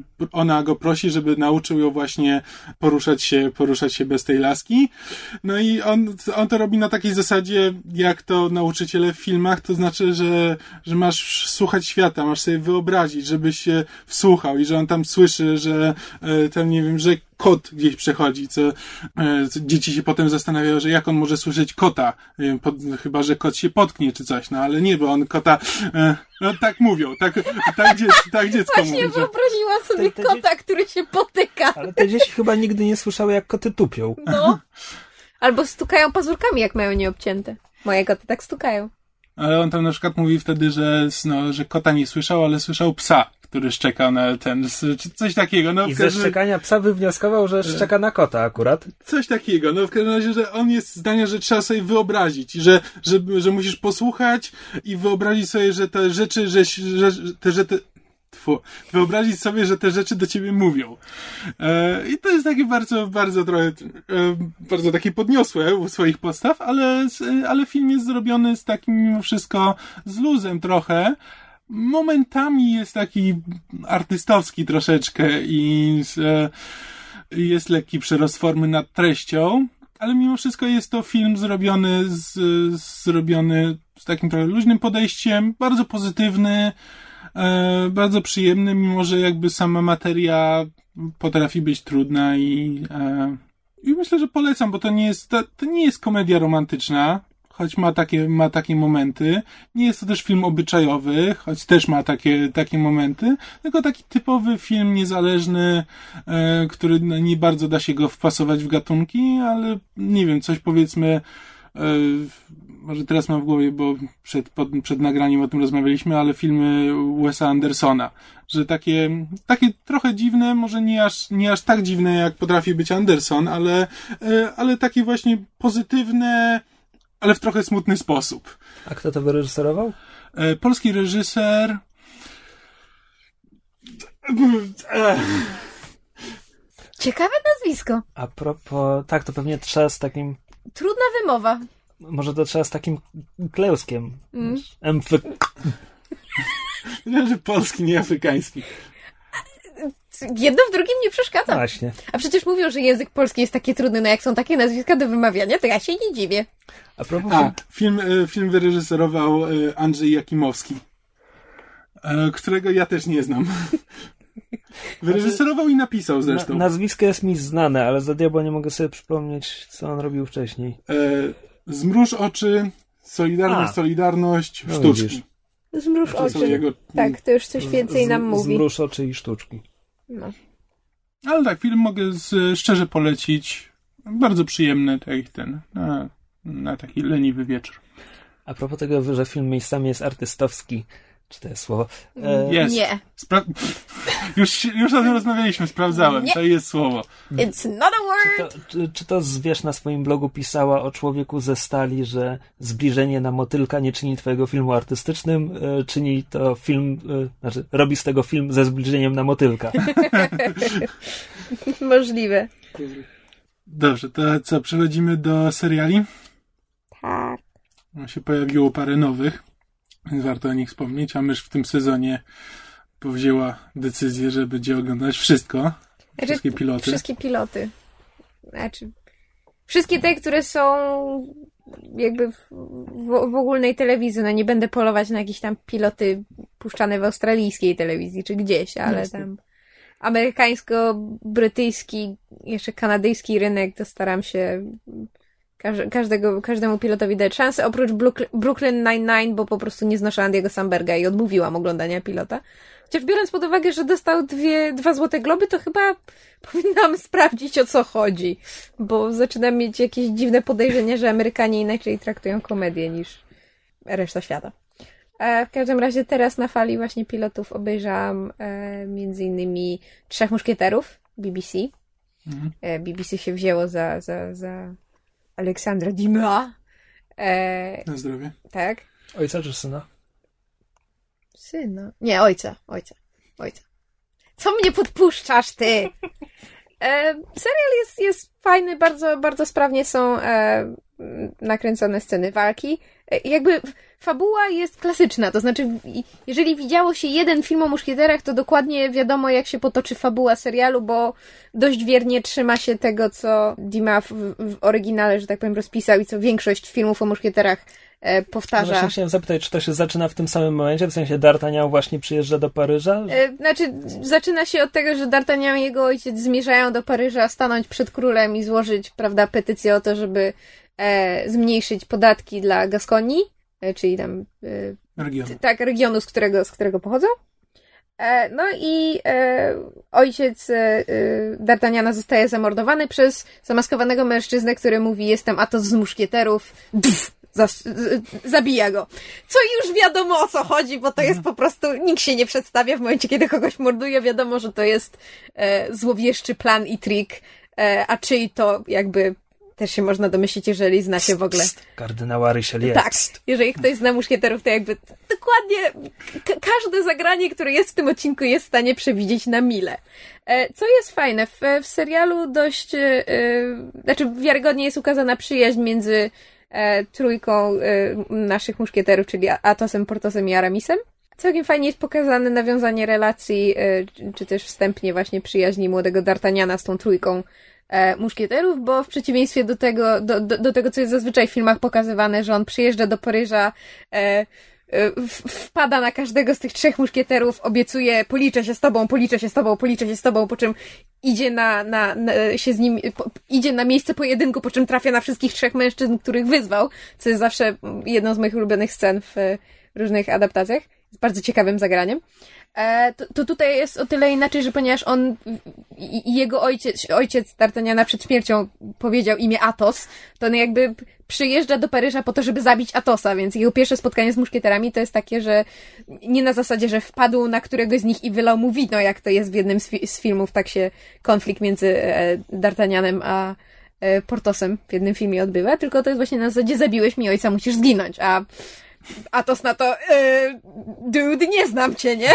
ona go prosi, żeby nauczył ją właśnie poruszać się, poruszać się bez tej laski. No i on, on to robi na takiej zasadzie, jak to nauczyciele w filmach, to znaczy, że, że masz słuchać świata, masz sobie wyobrazić, żebyś się wsłuchał i że on tam słyszy, że tam nie wiem, że kot gdzieś przechodzi, co, co dzieci się potem zastanawiają, że jak on może słyszeć kota, pod, chyba, że kot się potknie czy coś, no ale nie, bo on kota, no tak mówią, tak, tak, dziecko, tak dziecko Właśnie mówi. Właśnie wyobraziłam sobie te, te kota, dzieci... który się potyka. Ale te dzieci chyba nigdy nie słyszały, jak koty tupią. No. Albo stukają pazurkami, jak mają nieobcięte. Moje koty tak stukają. Ale on tam na przykład mówi wtedy, że, no, że kota nie słyszał, ale słyszał psa, który szczeka na ten, czy coś takiego. No, I w ze każdym... szczekania psa wywnioskował, że szczeka na kota akurat. Coś takiego. No w każdym razie, że on jest zdania, że trzeba sobie wyobrazić, że, że, że musisz posłuchać i wyobrazić sobie, że te rzeczy, że, że te, że te, tfu, wyobrazić sobie, że te rzeczy do ciebie mówią. E, I to jest takie bardzo, bardzo trochę, e, bardzo takie podniosłe u swoich postaw, ale, ale film jest zrobiony z takim mimo wszystko z luzem trochę. Momentami jest taki artystowski troszeczkę i e, jest lekki przerost formy nad treścią, ale mimo wszystko jest to film zrobiony z, zrobiony z takim trochę luźnym podejściem, bardzo pozytywny, e, bardzo przyjemny, mimo że jakby sama materia potrafi być trudna i, e, i myślę, że polecam, bo to nie jest, to, to nie jest komedia romantyczna, choć ma takie, ma takie momenty. Nie jest to też film obyczajowy, choć też ma takie, takie momenty, tylko taki typowy film niezależny, e, który no, nie bardzo da się go wpasować w gatunki, ale nie wiem, coś powiedzmy, e, może teraz mam w głowie, bo przed, pod, przed nagraniem o tym rozmawialiśmy, ale filmy Wesa Andersona, że takie, takie trochę dziwne, może nie aż, nie aż tak dziwne, jak potrafi być Anderson, ale, e, ale takie właśnie pozytywne, ale w trochę smutny sposób. A kto to wyreżyserował? E, polski reżyser... Ciekawe nazwisko. A propos... Tak, to pewnie trzeba z takim... Trudna wymowa. Może to trzeba z takim kleuskiem. Mm. M F... Wiem, że polski, nie afrykański. Jedno w drugim nie przeszkadza. Właśnie. A przecież mówią, że język polski jest taki trudny, no jak są takie nazwiska do wymawiania, to ja się nie dziwię. A, propos... A film, film wyreżyserował Andrzej Jakimowski, którego ja też nie znam. Wyreżyserował i napisał zresztą. Na, nazwisko jest mi znane, ale za diabła nie mogę sobie przypomnieć, co on robił wcześniej. E, Zmruż oczy, Solidarność, A. Solidarność, no, sztuczki. Widzisz. Zmruż oczy. Jego... Tak, to już coś więcej z, nam mówi. Zmruż oczy i sztuczki. No. Ale tak, film mogę z, szczerze polecić. Bardzo przyjemny, tak jak ten, na, na taki leniwy wieczór. A propos tego, że film miejscami jest artystowski, czy to jest słowo? E... Jest. Nie. Spra- już, już o tym rozmawialiśmy, sprawdzałem, Nie. To jest słowo. It's not a word! Czy to, czy, czy to Zwierz na swoim blogu pisała o człowieku ze stali, że zbliżenie na motylka nie czyni twojego filmu artystycznym, e, czyni to film, e, znaczy robi z tego film ze zbliżeniem na motylka. Możliwe. Dobrze, to co, przechodzimy do seriali? Tak. Się pojawiło parę nowych, więc warto o nich wspomnieć, a mysz w tym sezonie powzięła decyzję, że będzie oglądać wszystko. Wszystkie znaczy, piloty. Wszystkie piloty. Znaczy, wszystkie te, które są jakby w, w, w ogólnej telewizji. No nie będę polować na jakieś tam piloty puszczane w australijskiej telewizji, czy gdzieś, ale Jasne. Tam amerykańsko-brytyjski, jeszcze kanadyjski rynek, to staram się każdego, każdemu pilotowi dać szansę, oprócz Brooklyn Nine-Nine, bo po prostu nie znoszę Andy'ego Samberga i odmówiłam oglądania pilota. Chociaż biorąc pod uwagę, że dostał dwie, dwa Złote Globy, to chyba powinnam sprawdzić, o co chodzi, bo zaczynam mieć jakieś dziwne podejrzenie, że Amerykanie inaczej traktują komedię niż reszta świata. E, w każdym razie teraz na fali właśnie pilotów obejrzałam e, między innymi Trzech Muszkieterów B B C. Mhm. E, B B C się wzięło za, za, za Aleksandra Dumas. E, Na zdrowie. Tak. Ojca czy syna? Syna. Nie, ojca. Ojca. Ojca. Co mnie podpuszczasz, ty? E, serial jest, jest fajny, bardzo, bardzo sprawnie są e, nakręcone sceny walki. E, jakby fabuła jest klasyczna, to znaczy jeżeli widziało się jeden film o muszkieterach, to dokładnie wiadomo, jak się potoczy fabuła serialu, bo dość wiernie trzyma się tego, co Dumas w, w oryginale, że tak powiem, rozpisał i co większość filmów o muszkieterach e, powtarza. No właśnie chciałem zapytać, czy to się zaczyna w tym samym momencie, w sensie D'Artagnan właśnie przyjeżdża do Paryża? E, znaczy, zaczyna się od tego, że D'Artagnan i jego ojciec zmierzają do Paryża stanąć przed królem i złożyć, prawda, petycję o to, żeby e, zmniejszyć podatki dla Gaskonii, e, czyli tam e, regionu. tak, regionu, z którego, z którego pochodzą. E, no i e, ojciec e, D'Artagnana zostaje zamordowany przez zamaskowanego mężczyznę, który mówi: jestem Athos z muszkieterów. Duf, zas, z, zabija go. Co już wiadomo, o co chodzi, bo to jest po prostu, nikt się nie przedstawia w momencie, kiedy kogoś morduje. Wiadomo, że to jest e, złowieszczy plan i trik, e, a czyj to jakby też się można domyślić, jeżeli zna się w ogóle. Kardynała Richelieu. Tak, jeżeli ktoś zna muszkieterów, to jakby dokładnie k- każde zagranie, które jest w tym odcinku, jest w stanie przewidzieć na milę. E, co jest fajne, w, w serialu dość, e, znaczy wiarygodnie jest ukazana przyjaźń między e, trójką e, naszych muszkieterów, czyli Athosem, Porthosem i Aramisem. Całkiem fajnie jest pokazane nawiązanie relacji, e, czy, czy też wstępnie właśnie przyjaźni młodego D'Artagnana z tą trójką E, muszkieterów, bo w przeciwieństwie do tego, do, do, do tego, co jest zazwyczaj w filmach pokazywane, że on przyjeżdża do Paryża, e, e, w, wpada na każdego z tych trzech muszkieterów, obiecuje: policzę się z tobą, policzę się z tobą, policzę się z tobą, po czym idzie na, na, na się z nim, po, idzie na miejsce pojedynku, po czym trafia na wszystkich trzech mężczyzn, których wyzwał, co jest zawsze jedną z moich ulubionych scen w różnych adaptacjach. Z bardzo ciekawym zagraniem. E, to, to tutaj jest o tyle inaczej, że ponieważ on i, i jego ojciec, ojciec D'Artagnana przed śmiercią powiedział imię Athos, to on jakby przyjeżdża do Paryża po to, żeby zabić Athosa, więc jego pierwsze spotkanie z muszkieterami to jest takie, że nie na zasadzie, że wpadł na któregoś z nich i wylał mu wino, jak to jest w jednym z, fi- z filmów, tak się konflikt między e, D'Artagnanem a e, Porthosem w jednym filmie odbywa, tylko to jest właśnie na zasadzie: zabiłeś mi ojca, musisz zginąć, a Athos na to: yy, dude, nie znam cię, nie?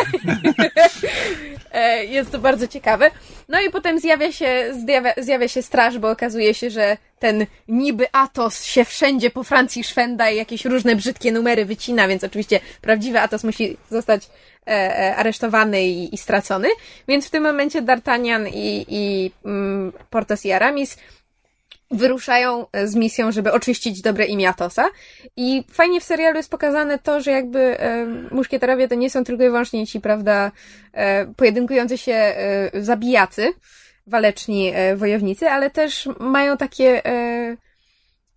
Jest to bardzo ciekawe. No i potem zjawia się, zjawia, zjawia się straż, bo okazuje się, że ten niby Athos się wszędzie po Francji szwenda i jakieś różne brzydkie numery wycina, więc oczywiście prawdziwy Athos musi zostać e, e, aresztowany i, i stracony. Więc w tym momencie D'Artagnan i, i mm, Porthos i Aramis wyruszają z misją, żeby oczyścić dobre imię Athosa. I fajnie w serialu jest pokazane to, że jakby e, muszkieterowie to nie są tylko i wyłącznie ci, prawda, e, pojedynkujący się e, zabijacy, waleczni e, wojownicy, ale też mają takie e,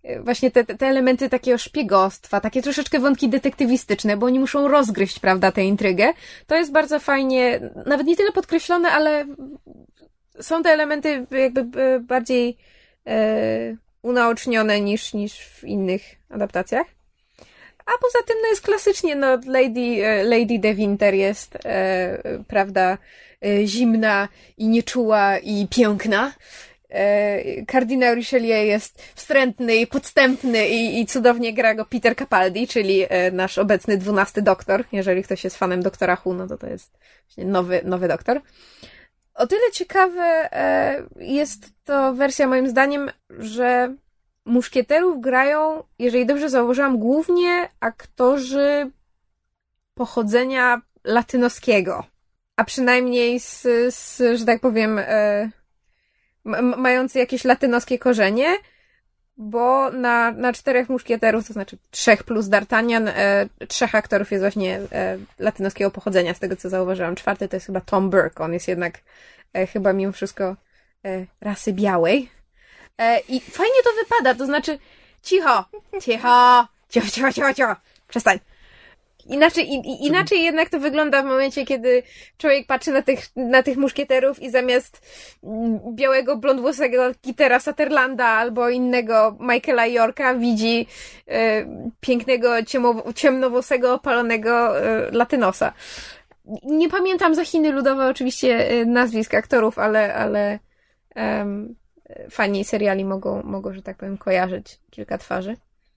właśnie te, te elementy takiego szpiegostwa, takie troszeczkę wątki detektywistyczne, bo oni muszą rozgryźć, prawda, tę intrygę. To jest bardzo fajnie, nawet nie tyle podkreślone, ale są te elementy jakby bardziej e, unaocznione niż, niż w innych adaptacjach. A poza tym, no jest klasycznie, no Lady, Lady de Winter jest, e, prawda, e, zimna i nieczuła i piękna. E, kardynał Richelieu jest wstrętny i podstępny i, i cudownie gra go Peter Capaldi, czyli e, nasz obecny dwunasty doktor. Jeżeli ktoś jest fanem Doktora Who, no to to jest nowy, nowy doktor. O tyle ciekawe e, jest to wersja moim zdaniem, że muszkieterów grają, jeżeli dobrze zauważyłam, głównie aktorzy pochodzenia latynoskiego, a przynajmniej z, z że tak powiem, e, m- mający jakieś latynoskie korzenie, bo na, na czterech muszkieterów, to znaczy trzech plus D'Artagnan, e, trzech aktorów jest właśnie e, latynoskiego pochodzenia, z tego co zauważyłam. Czwarty to jest chyba Tom Burke, on jest jednak e, chyba mimo wszystko e, rasy białej. E, I fajnie to wypada, to znaczy cicho, cicho, cicho, cicho, cicho, cicho, przestań. Inaczej, i, inaczej jednak to wygląda w momencie, kiedy człowiek patrzy na tych, na tych muszkieterów i zamiast białego, blondwłosego Kitera Sutherlanda albo innego Michaela Yorka widzi e, pięknego, ciemo, ciemnowłosego, opalonego e, latynosa. Nie pamiętam za Chiny Ludowe oczywiście e, nazwisk aktorów, ale, ale um, fani seriali mogą, mogą, że tak powiem, kojarzyć kilka twarzy.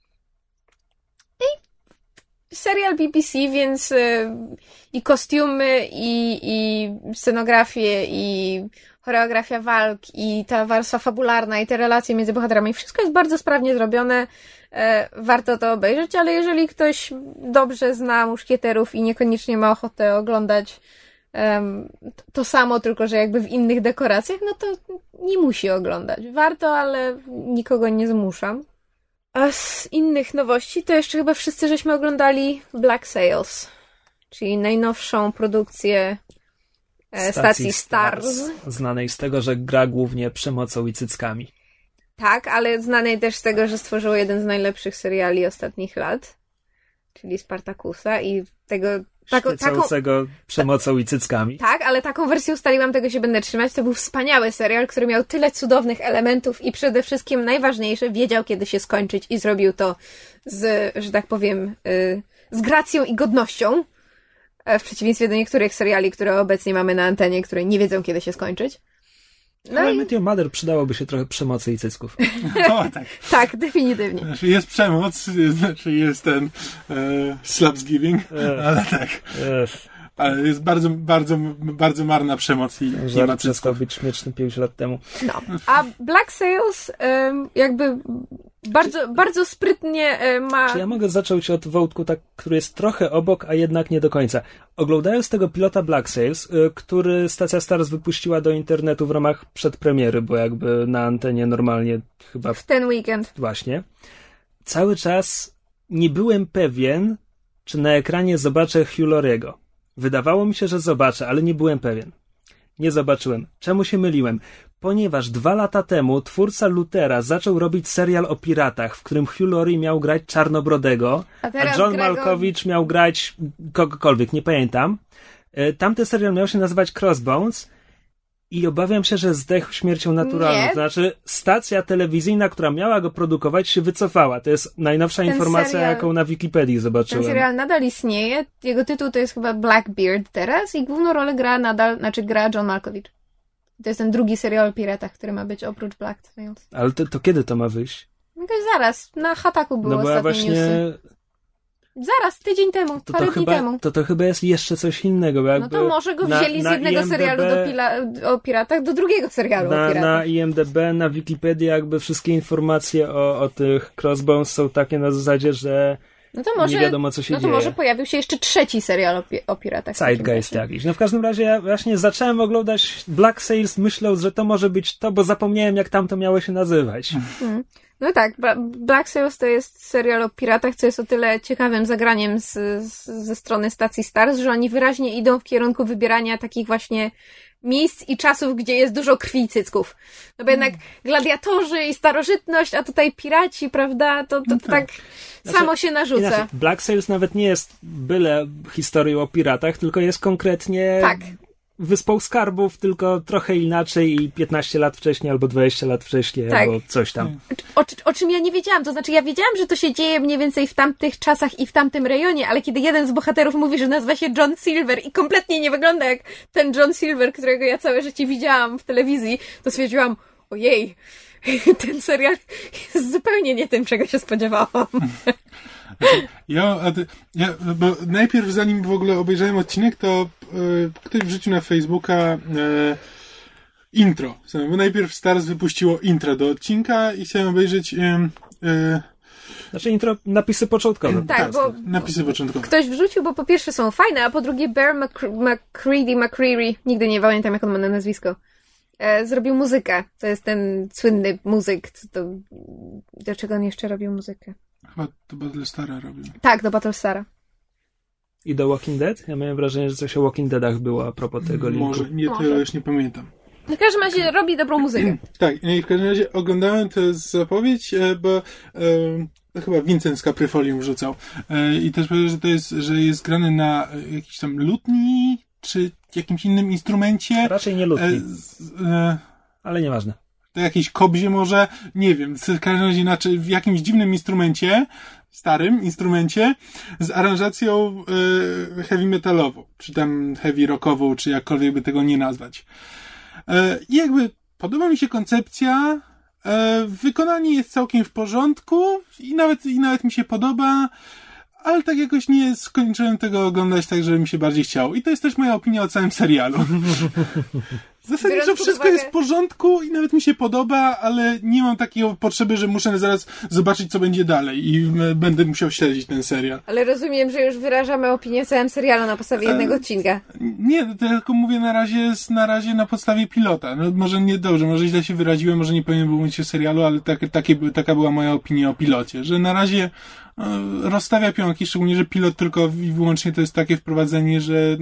Serial B B C, więc y, i kostiumy, i, i scenografie, i choreografia walk, i ta warstwa fabularna, i te relacje między bohaterami. Wszystko jest bardzo sprawnie zrobione. E, warto to obejrzeć, ale jeżeli ktoś dobrze zna muszkieterów i niekoniecznie ma ochotę oglądać um, to samo, tylko że jakby w innych dekoracjach, no to nie musi oglądać. Warto, ale nikogo nie zmuszam. A z innych nowości to jeszcze chyba wszyscy żeśmy oglądali Black Sails, czyli najnowszą produkcję e, stacji Stars. Stars. Znanej z tego, że gra głównie przemocą i cyckami. Tak, ale znanej też z tego, że stworzyło jeden z najlepszych seriali ostatnich lat, czyli Spartakusa i tego... Taką, Świecącego taką, przemocą i cyckami. Tak, ale taką wersję ustaliłam, tego się będę trzymać. To był wspaniały serial, który miał tyle cudownych elementów i przede wszystkim najważniejsze, wiedział kiedy się skończyć i zrobił to z, że tak powiem, yy, z gracją i godnością. W przeciwieństwie do niektórych seriali, które obecnie mamy na antenie, które nie wiedzą kiedy się skończyć. No ale i... Met Your Mother przydałoby się trochę przemocy i cycków. O, tak. Tak, definitywnie. Znaczy jest przemoc, znaczy jest ten e, slapsgiving, ale tak. Yes. Ale jest bardzo, bardzo, bardzo marna przemoc i nie ma cycków. Przestał być śmieszny pięć lat temu. No. A Black Sails um, jakby bardzo, bardzo sprytnie ma... Czy ja mogę zacząć od wątku, tak, który jest trochę obok, a jednak nie do końca. Oglądając tego pilota Black Sails, y, który stacja Stars wypuściła do internetu w ramach przedpremiery, bo jakby na antenie normalnie chyba... W ten weekend. Właśnie. Cały czas nie byłem pewien, czy na ekranie zobaczę Hugh Laurie'ego. Wydawało mi się, że zobaczę, ale nie byłem pewien. Nie zobaczyłem. Czemu się myliłem? Ponieważ dwa lata temu twórca Luthera zaczął robić serial o piratach, w którym Hugh Laurie miał grać Czarnobrodego, a, a John Malkovich miał grać kogokolwiek, nie pamiętam. Tamten serial miał się nazywać Crossbones i obawiam się, że zdechł śmiercią naturalną. Nie. To znaczy stacja telewizyjna, która miała go produkować, się wycofała. To jest najnowsza Ten informacja, serial, jaką na Wikipedii zobaczyłem. Ten serial nadal istnieje. Jego tytuł to jest chyba Blackbeard teraz i główną rolę gra nadal, znaczy gra John Malkovich. To jest ten drugi serial o piratach, który ma być oprócz Black Sails. Ale to, to kiedy to ma wyjść? Jakoś zaraz. Na Hataku było no bo ostatnie ja właśnie... newsy. Zaraz, tydzień temu, to, parę to dni chyba, temu. To to chyba jest jeszcze coś innego. Bo jakby no to może go wzięli na, z jednego na I M D B, serialu do pila- o piratach do drugiego serialu na, o piratach. Na I M D B, na Wikipedii jakby wszystkie informacje o, o tych Crossbones są takie na zasadzie, że no to może, nie wiadomo co się no to dzieje. może pojawił się jeszcze trzeci serial o, pi- o piratach. Zeitgeist jakiś. No w każdym razie ja właśnie zacząłem oglądać Black Sails myśląc, że to może być to, bo zapomniałem jak tam to miało się nazywać. Hmm. No tak, Black Sails to jest serial o piratach, co jest o tyle ciekawym zagraniem z, z, ze strony stacji Stars, że oni wyraźnie idą w kierunku wybierania takich właśnie miejsc i czasów, gdzie jest dużo krwi i cycków. No bo jednak gladiatorzy i starożytność, a tutaj piraci, prawda, to, to, to tak znaczy, samo się narzuca. Inaczej, Black Sails nawet nie jest byle historią o piratach, tylko jest konkretnie tak. Wyspą Skarbów, tylko trochę inaczej i piętnaście lat wcześniej, albo dwadzieścia lat wcześniej, tak. albo coś tam. O, o czym ja nie wiedziałam, to znaczy ja wiedziałam, że to się dzieje mniej więcej w tamtych czasach i w tamtym rejonie, ale kiedy jeden z bohaterów mówi, że nazywa się John Silver i kompletnie nie wygląda jak ten John Silver, którego ja całe życie widziałam w telewizji, to stwierdziłam, ojej, ten serial jest zupełnie nie tym, czego się spodziewałam. Ja, ja, bo najpierw zanim w ogóle obejrzałem odcinek, to e, ktoś wrzucił na Facebooka e, intro. Bo najpierw Stars wypuściło intro do odcinka i chciałem obejrzeć e, e, znaczy intro, napisy początkowe. Tak, tak, bo napisy początkowe. Ktoś wrzucił, bo po pierwsze są fajne, a po drugie Bear McCready, McCreary, nigdy nie pamiętam jak on ma na nazwisko, e, zrobił muzykę. To jest ten słynny muzyk. To, do czego on jeszcze robił muzykę? Chyba do Battlestara robił. Tak, do Battlestara. I do Walking Dead? Ja miałem wrażenie, że coś o Walking Deadach było a propos tego linku. Może, nie, to ja już nie pamiętam. W każdym razie robi dobrą muzykę. Tak, i w każdym razie oglądałem tę zapowiedź, bo e, chyba Vincent z Capryfolium wrzucał. E, I też powiedział, że to jest, że jest grany na jakiś tam lutni, czy jakimś innym instrumencie. Raczej nie lutni. E, e, ale nieważne. To jakiejś kobzie może, nie wiem, w każdym razie inaczej, w jakimś dziwnym instrumencie, starym instrumencie, z aranżacją e, heavy metalową, czy tam heavy rockową, czy jakkolwiek by tego nie nazwać. E, I jakby podoba mi się koncepcja, e, wykonanie jest całkiem w porządku i nawet, i nawet mi się podoba, ale tak jakoś nie skończyłem tego oglądać tak, żeby mi się bardziej chciało. I to jest też moja opinia o całym serialu. W zasadzie, że wszystko jest w porządku i nawet mi się podoba, ale nie mam takiej potrzeby, że muszę zaraz zobaczyć, co będzie dalej i będę musiał śledzić ten serial. Ale rozumiem, że już wyrażamy opinię o całym serialu na podstawie jednego odcinka. Nie, tylko mówię na razie, na razie na podstawie pilota. No, może nie dobrze, może źle się wyraziłem, może nie powinienem był mówić o serialu, ale tak, takie, taka była moja opinia o pilocie, że na razie rozstawia pionki, szczególnie, że pilot tylko i wyłącznie to jest takie wprowadzenie, że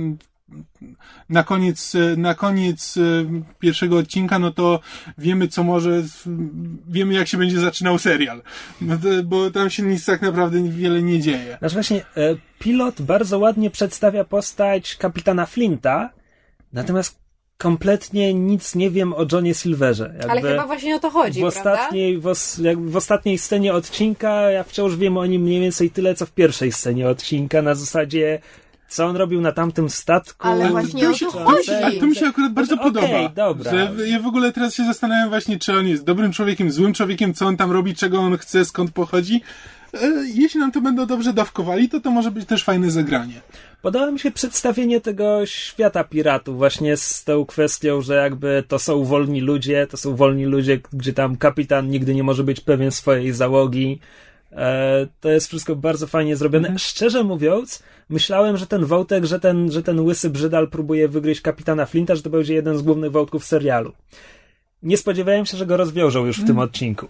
na koniec, na koniec pierwszego odcinka, no to wiemy, co może, wiemy, jak się będzie zaczynał serial. No to, bo tam się nic tak naprawdę wiele nie dzieje. Znaczy właśnie, pilot bardzo ładnie przedstawia postać kapitana Flinta, natomiast kompletnie nic nie wiem o Johnie Silverze. Jakby ale chyba właśnie o to chodzi, w ostatniej, w, os, w ostatniej scenie odcinka ja wciąż wiem o nim mniej więcej tyle, co w pierwszej scenie odcinka, na zasadzie co on robił na tamtym statku. Ale właśnie o to chodzi. To mi się akurat bardzo okay, podoba. Dobra. Że ja w ogóle teraz się zastanawiam właśnie, czy on jest dobrym człowiekiem, złym człowiekiem, co on tam robi, czego on chce, skąd pochodzi. Jeśli nam to będą dobrze dawkowali, to to może być też fajne zagranie. Podoba mi się przedstawienie tego świata piratów właśnie z tą kwestią, że jakby to są wolni ludzie, to są wolni ludzie, gdzie tam kapitan nigdy nie może być pewien swojej załogi. E, to jest wszystko bardzo fajnie zrobione. Mhm. Szczerze mówiąc, myślałem, że ten wątek, że ten, że ten łysy brzydal próbuje wygryźć kapitana Flinta, że to będzie jeden z głównych wątków serialu. Nie spodziewałem się, że go rozwiążą już w mhm. tym odcinku.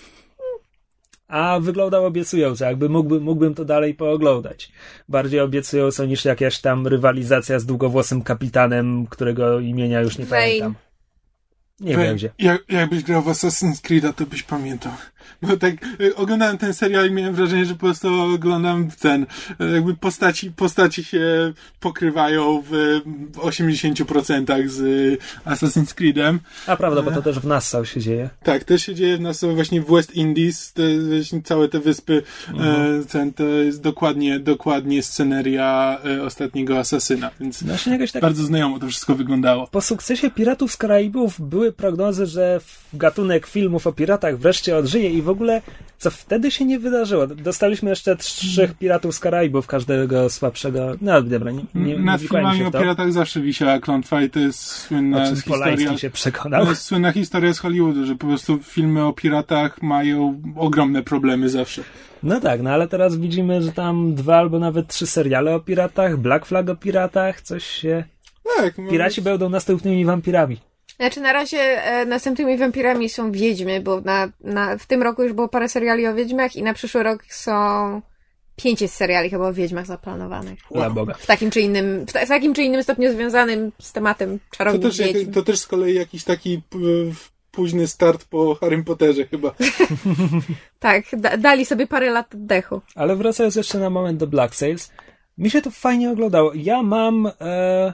A wyglądał obiecująco, jakby mógłbym, mógłbym to dalej pooglądać. Bardziej obiecująco niż jakaś tam rywalizacja z długowłosym kapitanem, którego imienia już nie Wayne. pamiętam. Nie Wayne. będzie. Jak, jakbyś grał w Assassin's Creed'a, to byś pamiętał. Bo tak y, oglądałem ten serial i miałem wrażenie, że po prostu oglądam ten, y, jakby postaci, postaci się pokrywają w, w osiemdziesiąt procent z y, Assassin's Creed'em. A prawda, bo to też w Nassau się dzieje. Tak, to się dzieje w Nassau właśnie w West Indies, te, właśnie całe te wyspy, mhm. y, ten, to jest dokładnie, dokładnie sceneria y, ostatniego Asasyna, więc Właśnie jakoś tak bardzo znajomo to wszystko wyglądało. Po sukcesie Piratów z Karaibów były prognozy, że gatunek filmów o piratach wreszcie odżyje i w ogóle co wtedy się nie wydarzyło. Dostaliśmy jeszcze trzech Piratów z Karaibów, każdego słabszego. No dobra, nie, nie Nad nie filmami się o w to. piratach zawsze wisiała klątwa i to jest słynna Oczy historia. się przekonał. To jest słynna historia z Hollywoodu, że po prostu filmy o piratach mają ogromne problemy zawsze. No tak, no ale teraz widzimy, że tam dwa albo nawet trzy seriale o piratach, Black Flag o piratach, coś się... Tak. Piraci no... będą następnymi wampirami. Znaczy na razie e, następnymi wampirami są Wiedźmy, bo na, na, w tym roku już było parę seriali o Wiedźmach i na przyszły rok są pięć jest seriali chyba o wiedźmach zaplanowanych. Dla Boga. W takim czy innym, w takim czy innym stopniu związanym z tematem czarownych to też, wiedźm. to też z kolei jakiś taki p- późny start po Harrym Potterze chyba. Tak, da- dali sobie parę lat oddechu. Ale wracając jeszcze na moment do Black Sails, mi się to fajnie oglądało. Ja mam... E...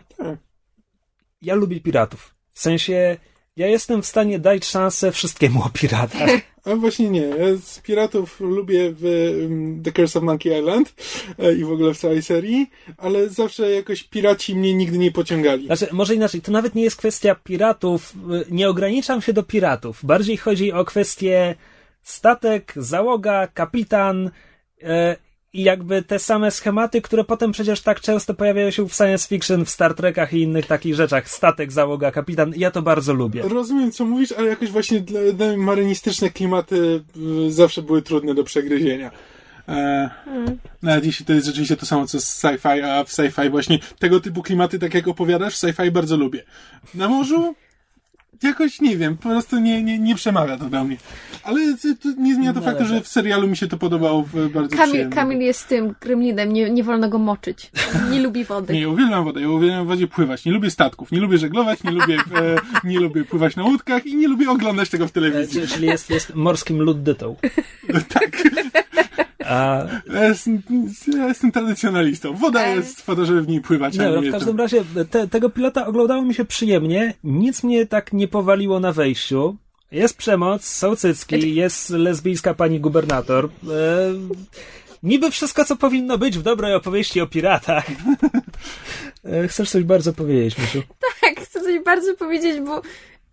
Ja lubię piratów. W sensie, ja jestem w stanie dać szansę wszystkiemu o piratach. A właśnie nie. Ja z piratów lubię w um, The Curse of Monkey Island e, i w ogóle w całej serii, ale zawsze jakoś piraci mnie nigdy nie pociągali. Znaczy, może inaczej, to nawet nie jest kwestia piratów. Nie ograniczam się do piratów. Bardziej chodzi o kwestię statek, załoga, kapitan e, i jakby te same schematy, które potem przecież tak często pojawiają się w science fiction, w Star Trekach i innych takich rzeczach. Statek, załoga, kapitan. Ja to bardzo lubię. Rozumiem, co mówisz, ale jakoś właśnie dla, dla marynistyczne klimaty y, zawsze były trudne do przegryzienia. E, hmm. Nawet jeśli to jest rzeczywiście to samo, co z sci-fi, a w sci-fi właśnie tego typu klimaty, tak jak opowiadasz, w sci-fi bardzo lubię. Na morzu jakoś nie wiem, po prostu nie, nie, nie przemawia to do mnie. Ale to nie zmienia to no, faktu, że w serialu mi się to podobało bardzo Kamil, przyjemnie. Kamil jest tym gremlinem, nie, nie wolno go moczyć. Nie lubi wody. Nie, ja uwielbiam wodę, ja uwielbiam w wodzie pływać. Nie lubię statków, nie lubię żeglować, nie lubię, e, nie lubię pływać na łódkach i nie lubię oglądać tego w telewizji. Czyli jest, jest morskim luddytą. Tak. A... Ja, jestem, ja jestem tradycjonalistą. Woda jest po to, żeby w niej pływać. Nie, no, w każdym razie te, tego pilota oglądało mi się przyjemnie. Nic mnie tak nie powaliło na wejściu. Jest przemoc, są cycki, jest lesbijska pani gubernator. E, niby wszystko, co powinno być w dobrej opowieści o piratach. E, chcesz coś bardzo powiedzieć, Misiu? Tak, chcę coś bardzo powiedzieć, bo...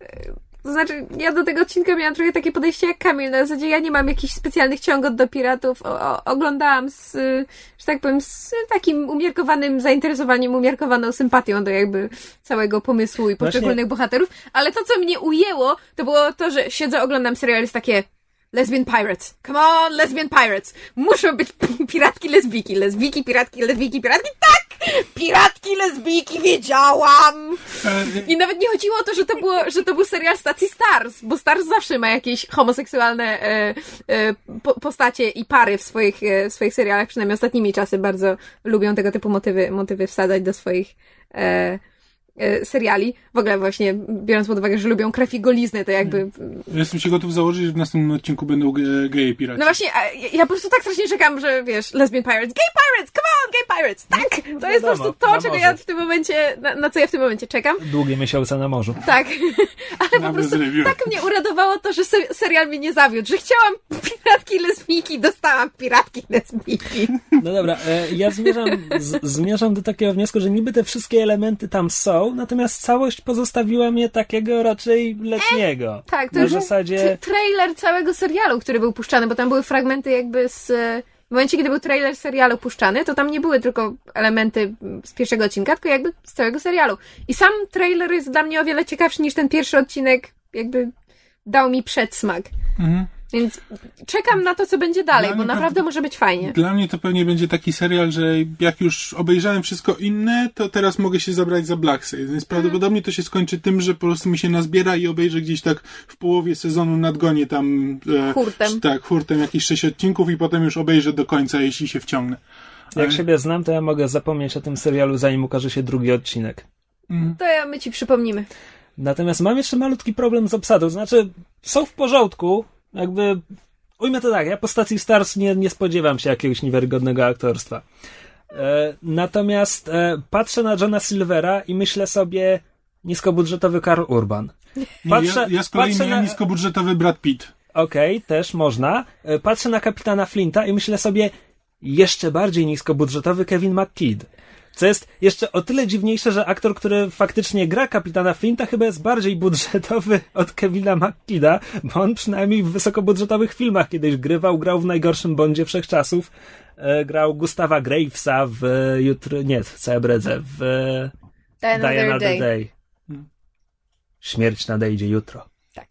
To znaczy, ja do tego odcinka miałam trochę takie podejście jak Kamil. Na zasadzie ja nie mam jakichś specjalnych ciągot do piratów. O, o, oglądałam z, że tak powiem, z takim umiarkowanym zainteresowaniem, umiarkowaną sympatią do jakby całego pomysłu i poszczególnych Właśnie... bohaterów. Ale to, co mnie ujęło, to było to, że siedzę, oglądam serial, jest takie lesbian pirates. Come on, lesbian pirates. Muszą być piratki, lesbijki. Lesbijki, piratki, lesbijki, piratki. Tak! Piratki, lesbijki, wiedziałam! I nawet nie chodziło o to, że to, było, że to był serial stacji Stars, bo Stars zawsze ma jakieś homoseksualne e, e, po, postacie i pary w swoich, e, w swoich serialach, przynajmniej ostatnimi czasy bardzo lubią tego typu motywy, motywy wsadzać do swoich e, seriali. W ogóle właśnie, biorąc pod uwagę, że lubią krew i golizny, to jakby... Jestem się gotów założyć, że w następnym odcinku będą ge- geje piraci. No właśnie, ja po prostu tak strasznie czekam, że wiesz, lesbian pirates, gay pirates, come on, gay pirates, tak! To no, jest wiadomo, po prostu to, czego ja w tym momencie, na, na co ja w tym momencie czekam. Długie miesiące na morzu. Tak. Ale po prostu tak mnie uradowało to, że se- serial mnie nie zawiódł, że chciałam piratki, lesbijki, dostałam piratki, lesbijki. No dobra, e, ja zmierzam, z, zmierzam do takiego wniosku, że niby te wszystkie elementy tam są, natomiast całość pozostawiła mnie takiego raczej letniego. E, tak, to na już zasadzie... trailer całego serialu, który był puszczany, bo tam były fragmenty jakby z... W momencie, kiedy był trailer serialu puszczany, to tam nie były tylko elementy z pierwszego odcinka, tylko jakby z całego serialu. I sam trailer jest dla mnie o wiele ciekawszy niż ten pierwszy odcinek, jakby dał mi przedsmak. Mhm. Więc czekam na to, co będzie dalej, bo naprawdę może być fajnie. Dla mnie to pewnie będzie taki serial, że jak już obejrzałem wszystko inne, to teraz mogę się zabrać za Black Sails. Więc prawdopodobnie to się skończy tym, że po prostu mi się nazbiera i obejrzę gdzieś tak w połowie sezonu, nadgonię tam e, hurtem. Tak, hurtem jakieś sześć odcinków i potem już obejrzę do końca, jeśli się wciągnę. Jak Ale... siebie znam, to ja mogę zapomnieć o tym serialu, zanim ukaże się drugi odcinek. Mhm. To ja, my ci przypomnimy. Natomiast mam jeszcze malutki problem z obsadą. Znaczy, są w porządku, jakby, ujmę to tak, ja po stacji Stars nie, nie spodziewam się jakiegoś niewiarygodnego aktorstwa. E, natomiast e, patrzę na Johna Silvera i myślę sobie, niskobudżetowy Karl Urban. Patrzę, nie, ja, ja z kolei miałem na... niskobudżetowy Brad Pitt. Okej, okay, też można. E, patrzę na kapitana Flinta i myślę sobie, jeszcze bardziej niskobudżetowy Kevin McKidd. Co jest jeszcze o tyle dziwniejsze, że aktor, który faktycznie gra kapitana Flinta, chyba jest bardziej budżetowy od Kevina McKidda, bo on przynajmniej w wysokobudżetowych filmach kiedyś grywał, grał w najgorszym Bondzie wszechczasów, e, grał Gustawa Gravesa w e, jutro, nie, w Celebredze, w e, Die Another Day. Day. Śmierć nadejdzie jutro. Tak.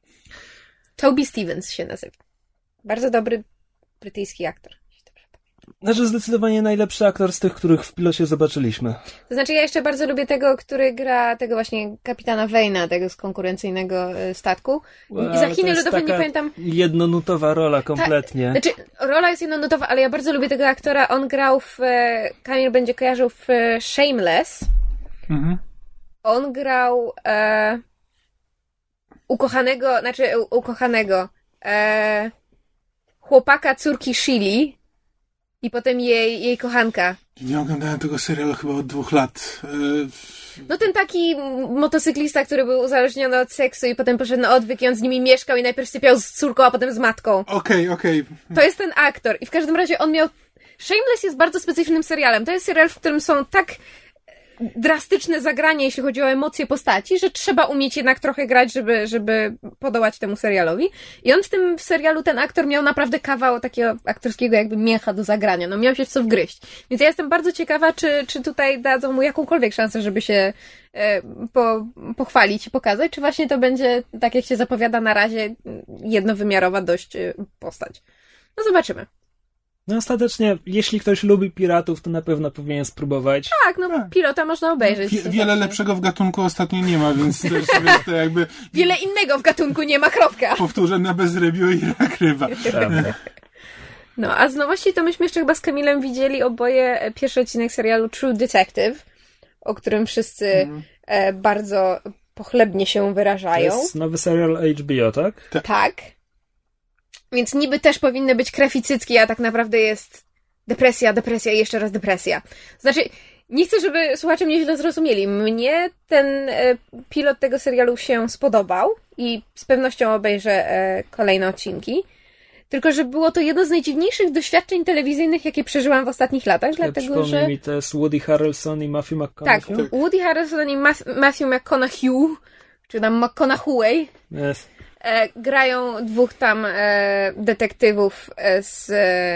Toby Stevens się nazywa. Bardzo dobry brytyjski aktor. Znaczy zdecydowanie najlepszy aktor z tych, których w pilocie zobaczyliśmy. To znaczy ja jeszcze bardzo lubię tego, który gra tego właśnie kapitana Wayna, tego z konkurencyjnego statku. Well, I za Chiny ludowe nie pamiętam... jednonutowa rola kompletnie. Ta, znaczy rola jest jednonutowa, ale ja bardzo lubię tego aktora. On grał w... Kamil będzie kojarzył w Shameless. Mhm. On grał e, ukochanego, znaczy ukochanego e, chłopaka córki Shili i potem jej, jej kochanka. Nie oglądałem tego serialu chyba od dwóch lat. E... No ten taki motocyklista, który był uzależniony od seksu i potem poszedł na odwyk i on z nimi mieszkał i najpierw sypiał z córką, a potem z matką. Okej, okay, okej. Okay. To jest ten aktor. I w każdym razie on miał... Shameless jest bardzo specyficznym serialem. To jest serial, w którym są tak drastyczne zagranie, jeśli chodzi o emocje postaci, że trzeba umieć jednak trochę grać, żeby, żeby podołać temu serialowi. I on w tym w serialu, ten aktor miał naprawdę kawał takiego aktorskiego jakby mięcha do zagrania. No miał się w co wgryźć. Więc ja jestem bardzo ciekawa, czy, czy tutaj dadzą mu jakąkolwiek szansę, żeby się e, po, pochwalić i pokazać, czy właśnie to będzie, tak jak się zapowiada na razie, jednowymiarowa dość postać. No zobaczymy. No ostatecznie, jeśli ktoś lubi piratów, to na pewno powinien spróbować. Tak, no tak. Pilota można obejrzeć. Wie, wiele lepszego w gatunku ostatnio nie ma, więc też wiesz, to jakby... Wiele innego w gatunku nie ma, kropka. Powtórzę na bez review i rak ryba. No, a z nowości to myśmy jeszcze chyba z Kamilem widzieli oboje pierwszy odcinek serialu True Detective, o którym wszyscy mm. e, bardzo pochlebnie się wyrażają. To jest nowy serial H B O, tak? Tak. tak. Więc niby też powinny być krew i cycki, a tak naprawdę jest depresja, depresja i jeszcze raz depresja. Znaczy, nie chcę, żeby słuchacze mnie źle zrozumieli. Mnie ten e, pilot tego serialu się spodobał i z pewnością obejrzę e, kolejne odcinki. Tylko, że było to jedno z najdziwniejszych doświadczeń telewizyjnych, jakie przeżyłam w ostatnich latach, ja dlatego, że... mi, to jest Woody Harrelson i Matthew McConaughey. Tak, Woody Harrelson i Matthew McConaughey, czy tam McConaughey. Yes. E, grają dwóch tam e, detektywów e, z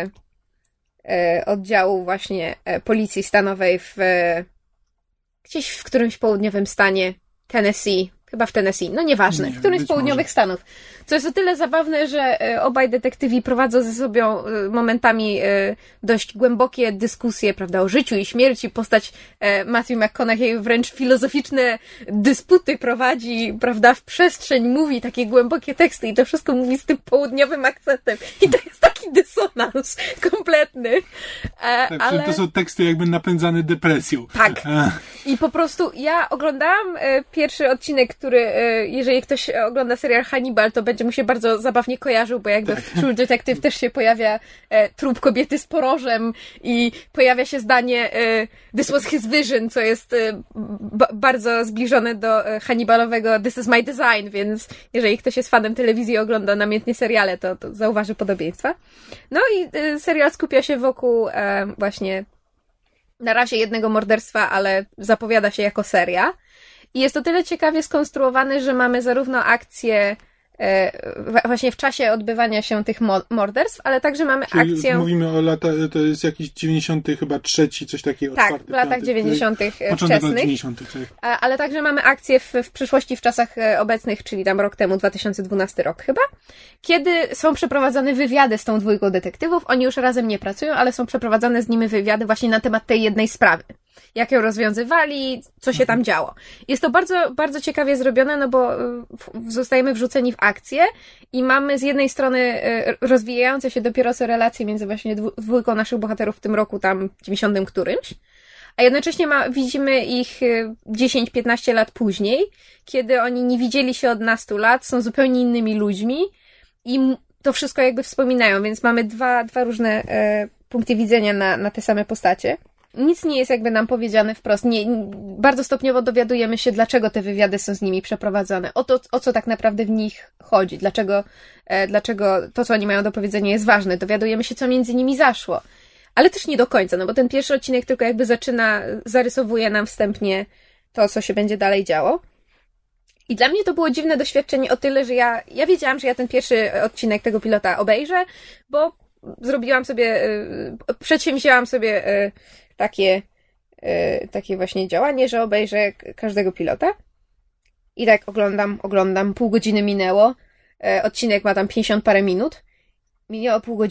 e, oddziału właśnie e, policji stanowej w e, gdzieś w którymś południowym stanie Tennessee. Chyba w Tennessee, no nieważne, Nie, w którymś z południowych może. Stanów. Co jest o tyle zabawne, że e, obaj detektywi prowadzą ze sobą e, momentami e, dość głębokie dyskusje, prawda, o życiu i śmierci. Postać e, Matthew McConaughey wręcz filozoficzne dysputy prowadzi, prawda, w przestrzeń, mówi takie głębokie teksty i to wszystko mówi z tym południowym akcentem. I to jest taki dysonans kompletny. E, tak, ale... To są teksty jakby napędzane depresją. Tak. I po prostu ja oglądałam e, pierwszy odcinek, który, e, jeżeli ktoś ogląda serial Hannibal, to będzie mu się bardzo zabawnie kojarzył, bo jakby w True Detective też się pojawia e, trup kobiety z porożem i pojawia się zdanie e, This was his vision, co jest e, b- bardzo zbliżone do e, Hannibalowego This is my design, więc jeżeli ktoś jest fanem telewizji i ogląda namiętnie seriale, to, to zauważy podobieństwa. No i e, serial skupia się wokół e, właśnie na razie jednego morderstwa, ale zapowiada się jako seria. I jest to tyle ciekawie skonstruowany, że mamy zarówno akcję e, właśnie w czasie odbywania się tych mo- morderstw, ale także mamy Czyli akcję... mówimy o lata, to jest jakiś dziewięćdziesiąty chyba trzeci, coś takiego. Tak, w latach dziewięćdziesiątych Początek lat wczesnych. dziewięćdziesiątych, tak. Ale także mamy akcję w, w przyszłości, w czasach obecnych, czyli tam rok temu, dwa tysiące dwunasty rok chyba, kiedy są przeprowadzane wywiady z tą dwójką detektywów. Oni już razem nie pracują, ale są przeprowadzane z nimi wywiady właśnie na temat tej jednej sprawy. Jak ją rozwiązywali, co się tam działo. Jest to bardzo, bardzo ciekawie zrobione, no bo zostajemy wrzuceni w akcję i mamy z jednej strony rozwijające się dopiero co relacje między właśnie dwójką naszych bohaterów w tym roku tam dziewięćdziesiątym którymś, a jednocześnie ma, widzimy ich dziesięć piętnaście lat później, kiedy oni nie widzieli się od nastu lat, są zupełnie innymi ludźmi i to wszystko jakby wspominają, więc mamy dwa, dwa różne e, punkty widzenia na, na te same postacie. Nic nie jest jakby nam powiedziane wprost. Nie, bardzo stopniowo dowiadujemy się, dlaczego te wywiady są z nimi przeprowadzane. O to, o co tak naprawdę w nich chodzi. Dlaczego, e, dlaczego to, co oni mają do powiedzenia, jest ważne. Dowiadujemy się, co między nimi zaszło. Ale też nie do końca, no bo ten pierwszy odcinek tylko jakby zaczyna, zarysowuje nam wstępnie to, co się będzie dalej działo. I dla mnie to było dziwne doświadczenie o tyle, że ja, ja wiedziałam, że ja ten pierwszy odcinek tego pilota obejrzę, bo zrobiłam sobie, y, przedsięwzięłam sobie y, takie, y, takie właśnie działanie, że obejrzę każdego pilota. I tak oglądam, oglądam, pół godziny minęło, y, odcinek ma tam pięćdziesiąt parę minut, minęło pół godziny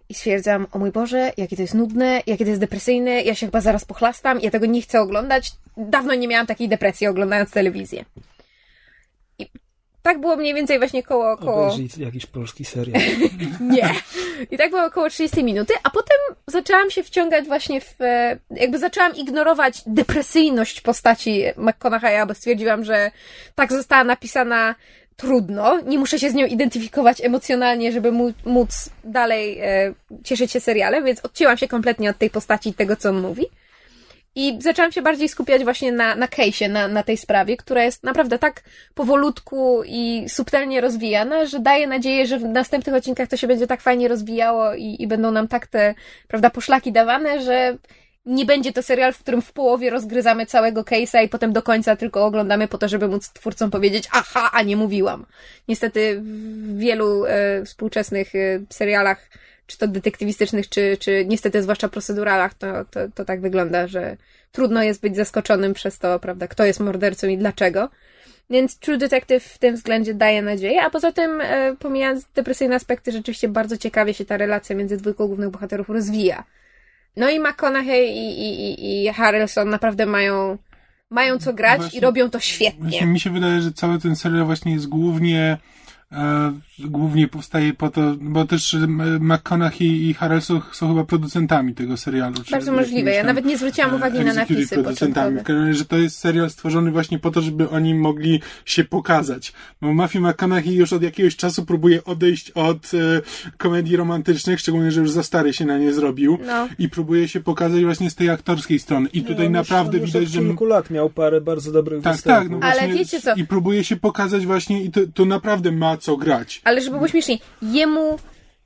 i stwierdzam, o mój Boże, jakie to jest nudne, jakie to jest depresyjne, ja się chyba zaraz pochlastam, ja tego nie chcę oglądać. Dawno nie miałam takiej depresji oglądając telewizję. I tak było mniej więcej właśnie koło... koło... Obejrzyj jakiś polski serial. Nie. I tak było około trzydzieści minuty, a potem zaczęłam się wciągać właśnie w... Jakby zaczęłam ignorować depresyjność postaci McConaughey'a, bo stwierdziłam, że tak została napisana trudno. Nie muszę się z nią identyfikować emocjonalnie, żeby móc dalej e, cieszyć się serialem, więc odcięłam się kompletnie od tej postaci i tego, co on mówi. I zaczęłam się bardziej skupiać właśnie na, na case'ie, na, na tej sprawie, która jest naprawdę tak powolutku i subtelnie rozwijana, że daje nadzieję, że w następnych odcinkach to się będzie tak fajnie rozwijało i, i będą nam tak te, prawda, poszlaki dawane, że nie będzie to serial, w którym w połowie rozgryzamy całego case'a i potem do końca tylko oglądamy po to, żeby móc twórcom powiedzieć, aha, a nie mówiłam. Niestety w wielu e, współczesnych e, serialach, czy to detektywistycznych, czy, czy niestety zwłaszcza proceduralach, to, to, to tak wygląda, że trudno jest być zaskoczonym przez to, prawda, kto jest mordercą i dlaczego. Więc True Detective w tym względzie daje nadzieję, a poza tym, e, pomijając depresyjne aspekty, rzeczywiście bardzo ciekawie się ta relacja między dwójką głównych bohaterów rozwija. No i McConaughey i, i, i Harrelson naprawdę mają, mają co grać właśnie, i robią to świetnie. Właśnie mi się wydaje, że cały ten serial właśnie jest głównie e, głównie powstaje po to, bo też McConaughey i Harrelson są chyba producentami tego serialu. Bardzo możliwe. Ja nawet nie zwróciłam uwagi na napisy producentami. Że to jest serial stworzony właśnie po to, żeby oni mogli się pokazać. Bo Matthew McConaughey już od jakiegoś czasu próbuje odejść od e, komedii romantycznych, szczególnie, że już za stary się na nie zrobił. No. I próbuje się pokazać właśnie z tej aktorskiej strony. I tutaj no, naprawdę już, widać, już że... od kilku lat miał parę bardzo dobrych tak, występów. Tak, no ale wiecie co? I próbuje się pokazać właśnie i to, to naprawdę ma co grać. Ale żeby było śmieszniej, jemu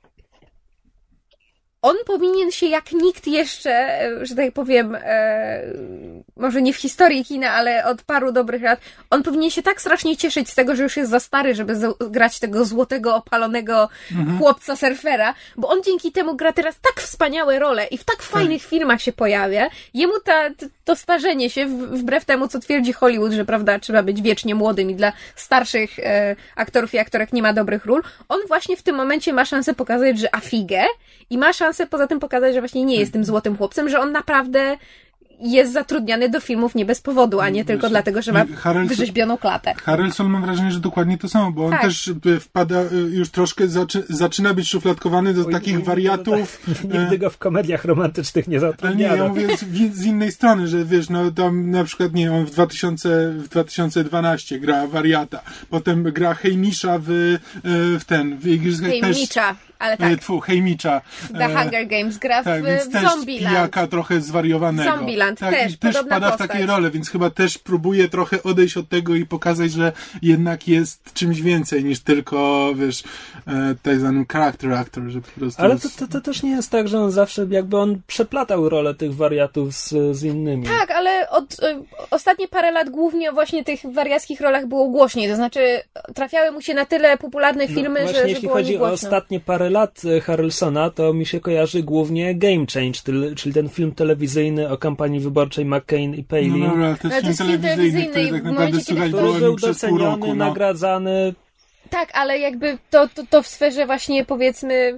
on powinien się jak nikt jeszcze, że tak powiem, e, może nie w historii kina, ale od paru dobrych lat, on powinien się tak strasznie cieszyć z tego, że już jest za stary, żeby z- grać tego złotego, opalonego mhm. chłopca surfera, bo on dzięki temu gra teraz tak wspaniałe role i w tak fajnych tak. filmach się pojawia. Jemu ta, to starzenie się, wbrew temu, co twierdzi Hollywood, że prawda, trzeba być wiecznie młodym i dla starszych e, aktorów i aktorek nie ma dobrych ról, on właśnie w tym momencie ma szansę pokazać, że a figę i ma szansę poza tym pokazać, że właśnie nie jest tym złotym chłopcem, że on naprawdę jest zatrudniany do filmów nie bez powodu, a nie tylko Wiesz, dlatego, że ma Harrelson, wyrzeźbioną klatę. Harrelson mam wrażenie, że dokładnie to samo, bo on tak. też wpada, już troszkę zaczy, zaczyna być szufladkowany do Oj, takich nie, wariatów. Nie, tak, nigdy go w komediach romantycznych nie zatrudniano. Nie, ja mówię z, z innej strony, że wiesz, no tam na przykład, nie on w, dwa tysiące dwunastym gra wariata, potem gra Hamisha w, w ten, w Igrzyskach Hamisha. Ale tak. Tfu, Hejmicza. The Hunger Games gra w, tak, więc w też Zombieland. pijaka trochę zwariowanego. Zombieland tak, też, i też pada postać. w takie role, więc chyba też próbuje trochę odejść od tego i pokazać, że jednak jest czymś więcej niż tylko, wiesz, e, tak zwany character actor, że po prostu... Ale to, to, to też nie jest tak, że on zawsze, jakby on przeplatał rolę tych wariatów z, z innymi. Tak, ale od y, ostatnie parę lat głównie właśnie tych wariackich rolach było głośniej, to znaczy trafiały mu się na tyle popularne filmy, no, że, właśnie, że jeśli było chodzi głośno. o ostatnie parę lat Harrelsona, to mi się kojarzy głównie Game Change, czyli ten film telewizyjny o kampanii wyborczej McCain i Palin. No dobra, to jest film telewizyjny, który tak naprawdę słuchać było był przez pół roku. No. nagradzany. Tak, ale jakby to, to, to w sferze właśnie powiedzmy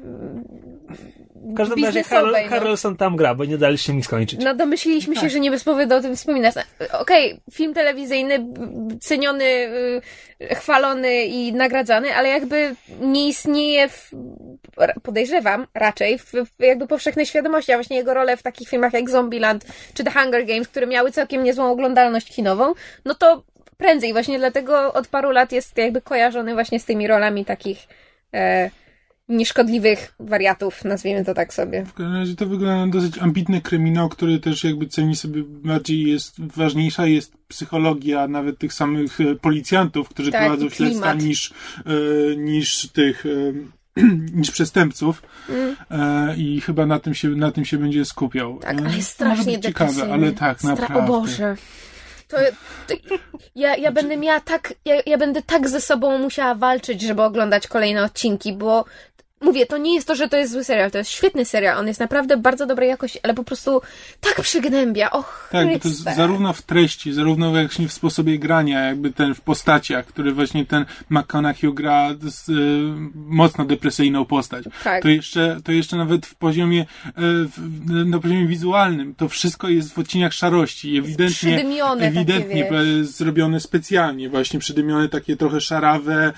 w każdym razie Har- Harrelson no. tam gra, bo nie daliście mi skończyć. No domyśliliśmy tak. się, że nie bez powodu o tym wspominasz. Okej, okay, film telewizyjny, ceniony, chwalony i nagradzany, ale jakby nie istnieje, w, podejrzewam raczej, w, w jakby powszechnej świadomości, a właśnie jego role w takich filmach jak Zombieland czy The Hunger Games, które miały całkiem niezłą oglądalność kinową, no to prędzej właśnie dlatego od paru lat jest jakby kojarzony właśnie z tymi rolami takich e, nieszkodliwych wariatów, nazwijmy to tak sobie. W każdym razie to wygląda na dosyć ambitny kryminał, który też jakby ceni sobie bardziej, jest ważniejsza jest psychologia nawet tych samych policjantów, którzy tak, prowadzą śledztwa niż, e, niż tych e, niż przestępców mm. e, i chyba na tym się, na tym się będzie skupiał. Tak, ale jest strasznie ciekawe, ale tak, Stra- naprawdę. O Boże. To, to, ja, ja będę miała tak, ja, ja będę tak ze sobą musiała walczyć, żeby oglądać kolejne odcinki, bo mówię, to nie jest to, że to jest zły serial, to jest świetny serial, on jest naprawdę bardzo dobrej jakości, ale po prostu tak przygnębia, och, tak, bo to jest zarówno w treści, zarówno właśnie w sposobie grania, jakby ten w postaciach, który właśnie ten McConaughey gra z, y, mocno depresyjną postać. Tak. To jeszcze, to jeszcze nawet w poziomie, y, w, na poziomie wizualnym, to wszystko jest w odcieniach szarości, ewidentnie, przydymione ewidentnie takie, zrobione specjalnie, właśnie przydymione takie trochę szarawe,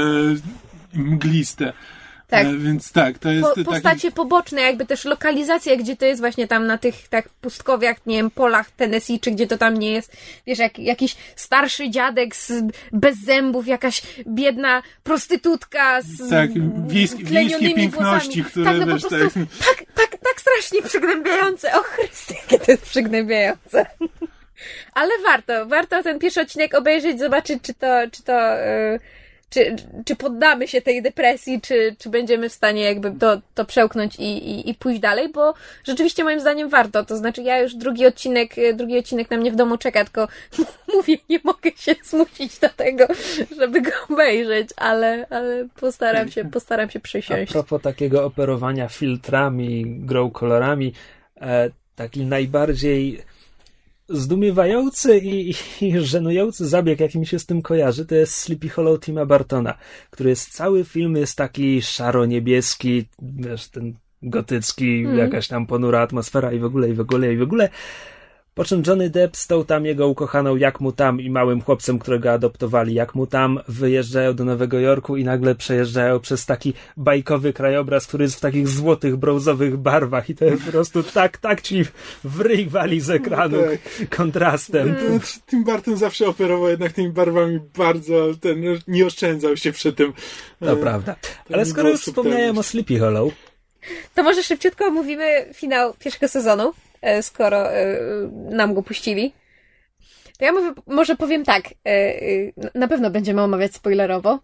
y, mgliste. Tak. E, więc tak, to jest... Po, postacie taki... poboczne, jakby też lokalizacja, gdzie to jest właśnie tam na tych tak pustkowiach, nie wiem, polach Tennessee, czy gdzie to tam nie jest, wiesz, jak, jakiś starszy dziadek z, bez zębów, jakaś biedna prostytutka z tak, wiejskie, wiejskie piękności, które tak, no wiesz, po prostu, tak... tak, tak, tak strasznie przygnębiające. O Chryste, jakie to jest przygnębiające. Ale warto, warto ten pierwszy odcinek obejrzeć, zobaczyć, czy to, czy to... Yy... Czy, czy poddamy się tej depresji, czy, czy będziemy w stanie jakby to, to przełknąć i, i, i pójść dalej, bo rzeczywiście moim zdaniem warto. To znaczy ja już drugi odcinek, drugi odcinek na mnie w domu czeka, tylko mówię, nie mogę się zmusić do tego, żeby go obejrzeć, ale, ale postaram się, postaram się przysiąść. A propos takiego operowania filtrami, grą kolorami, e, taki najbardziej zdumiewający i, i żenujący zabieg, jaki mi się z tym kojarzy, to jest Sleepy Hollow Tima Burtona, który jest, cały film jest taki szaro-niebieski, wiesz, ten gotycki, mm. jakaś tam ponura atmosfera i w ogóle, i w ogóle, i w ogóle. Po czym Johnny Depp z tą tam jego ukochaną Jak mu tam i małym chłopcem, którego adoptowali Jak mu tam, wyjeżdżają do Nowego Jorku i nagle przejeżdżają przez taki bajkowy krajobraz, który jest w takich złotych, brązowych barwach i to jest po prostu tak, tak ci w ryj wali z ekranu no tak. kontrastem. Mm. Tim Burton zawsze operował jednak tymi barwami bardzo, ten, nie oszczędzał się przy tym. To e, prawda. Ale skoro już wspomniałem o Sleepy Hollow, to może szybciutko omówimy finał pierwszego sezonu, skoro nam go puścili. To ja mówię, może powiem tak, na pewno będziemy omawiać spoilerowo,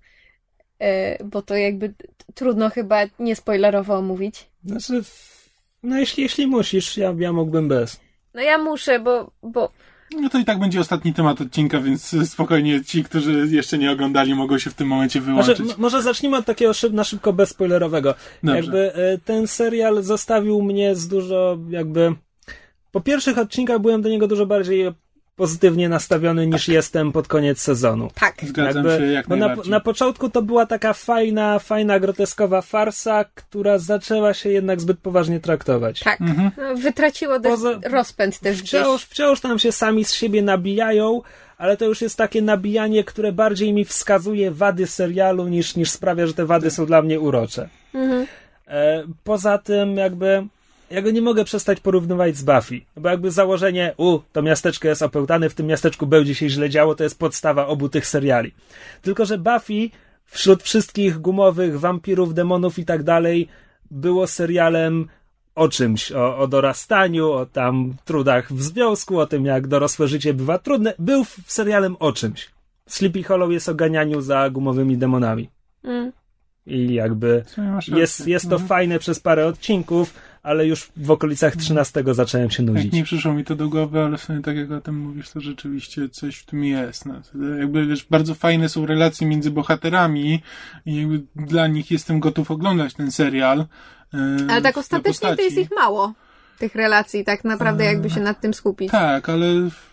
bo to jakby trudno chyba nie spoilerowo omówić. Znaczy, no jeśli, jeśli musisz, ja, ja mógłbym bez. No ja muszę, bo, bo... No to i tak będzie ostatni temat odcinka, więc spokojnie ci, którzy jeszcze nie oglądali, mogą się w tym momencie wyłączyć. Może, może zacznijmy od takiego szyb, na szybko bezspoilerowego. Dobrze. Jakby ten serial zostawił mnie z dużo jakby... Po pierwszych odcinkach byłem do niego dużo bardziej pozytywnie nastawiony niż tak. jestem pod koniec sezonu. Tak. Zgadzam jakby, się jak bo najbardziej. Na, na początku to była taka fajna, fajna, groteskowa farsa, która zaczęła się jednak zbyt poważnie traktować. Tak. Mhm. No, wytraciło też Poza, rozpęd też wciąż, gdzieś. Wciąż tam się sami z siebie nabijają, ale to już jest takie nabijanie, które bardziej mi wskazuje wady serialu niż, niż sprawia, że te wady są dla mnie urocze. Mhm. E, poza tym jakby... Ja go nie mogę przestać porównywać z Buffy, bo jakby założenie, u, to miasteczko jest opełtane, w tym miasteczku będzie się źle działo, to jest podstawa obu tych seriali. Tylko że Buffy wśród wszystkich gumowych wampirów, demonów i tak dalej było serialem o czymś, o, o dorastaniu, o tam trudach w związku, o tym jak dorosłe życie bywa trudne. Był serialem o czymś. Sleepy Hollow jest o ganianiu za gumowymi demonami. Mm. I jakby jest, jest to mhm. fajne przez parę odcinków, ale już w okolicach trzynastego zacząłem się nudzić. Jak nie przyszło mi to do głowy, ale w sumie tak jak o tym mówisz, to rzeczywiście coś w tym jest. No, jakby wiesz, bardzo fajne są relacje między bohaterami i jakby dla nich jestem gotów oglądać ten serial. Yy, ale tak ostatecznie to jest ich mało, tych relacji, tak naprawdę jakby się nad tym skupić. Tak, ale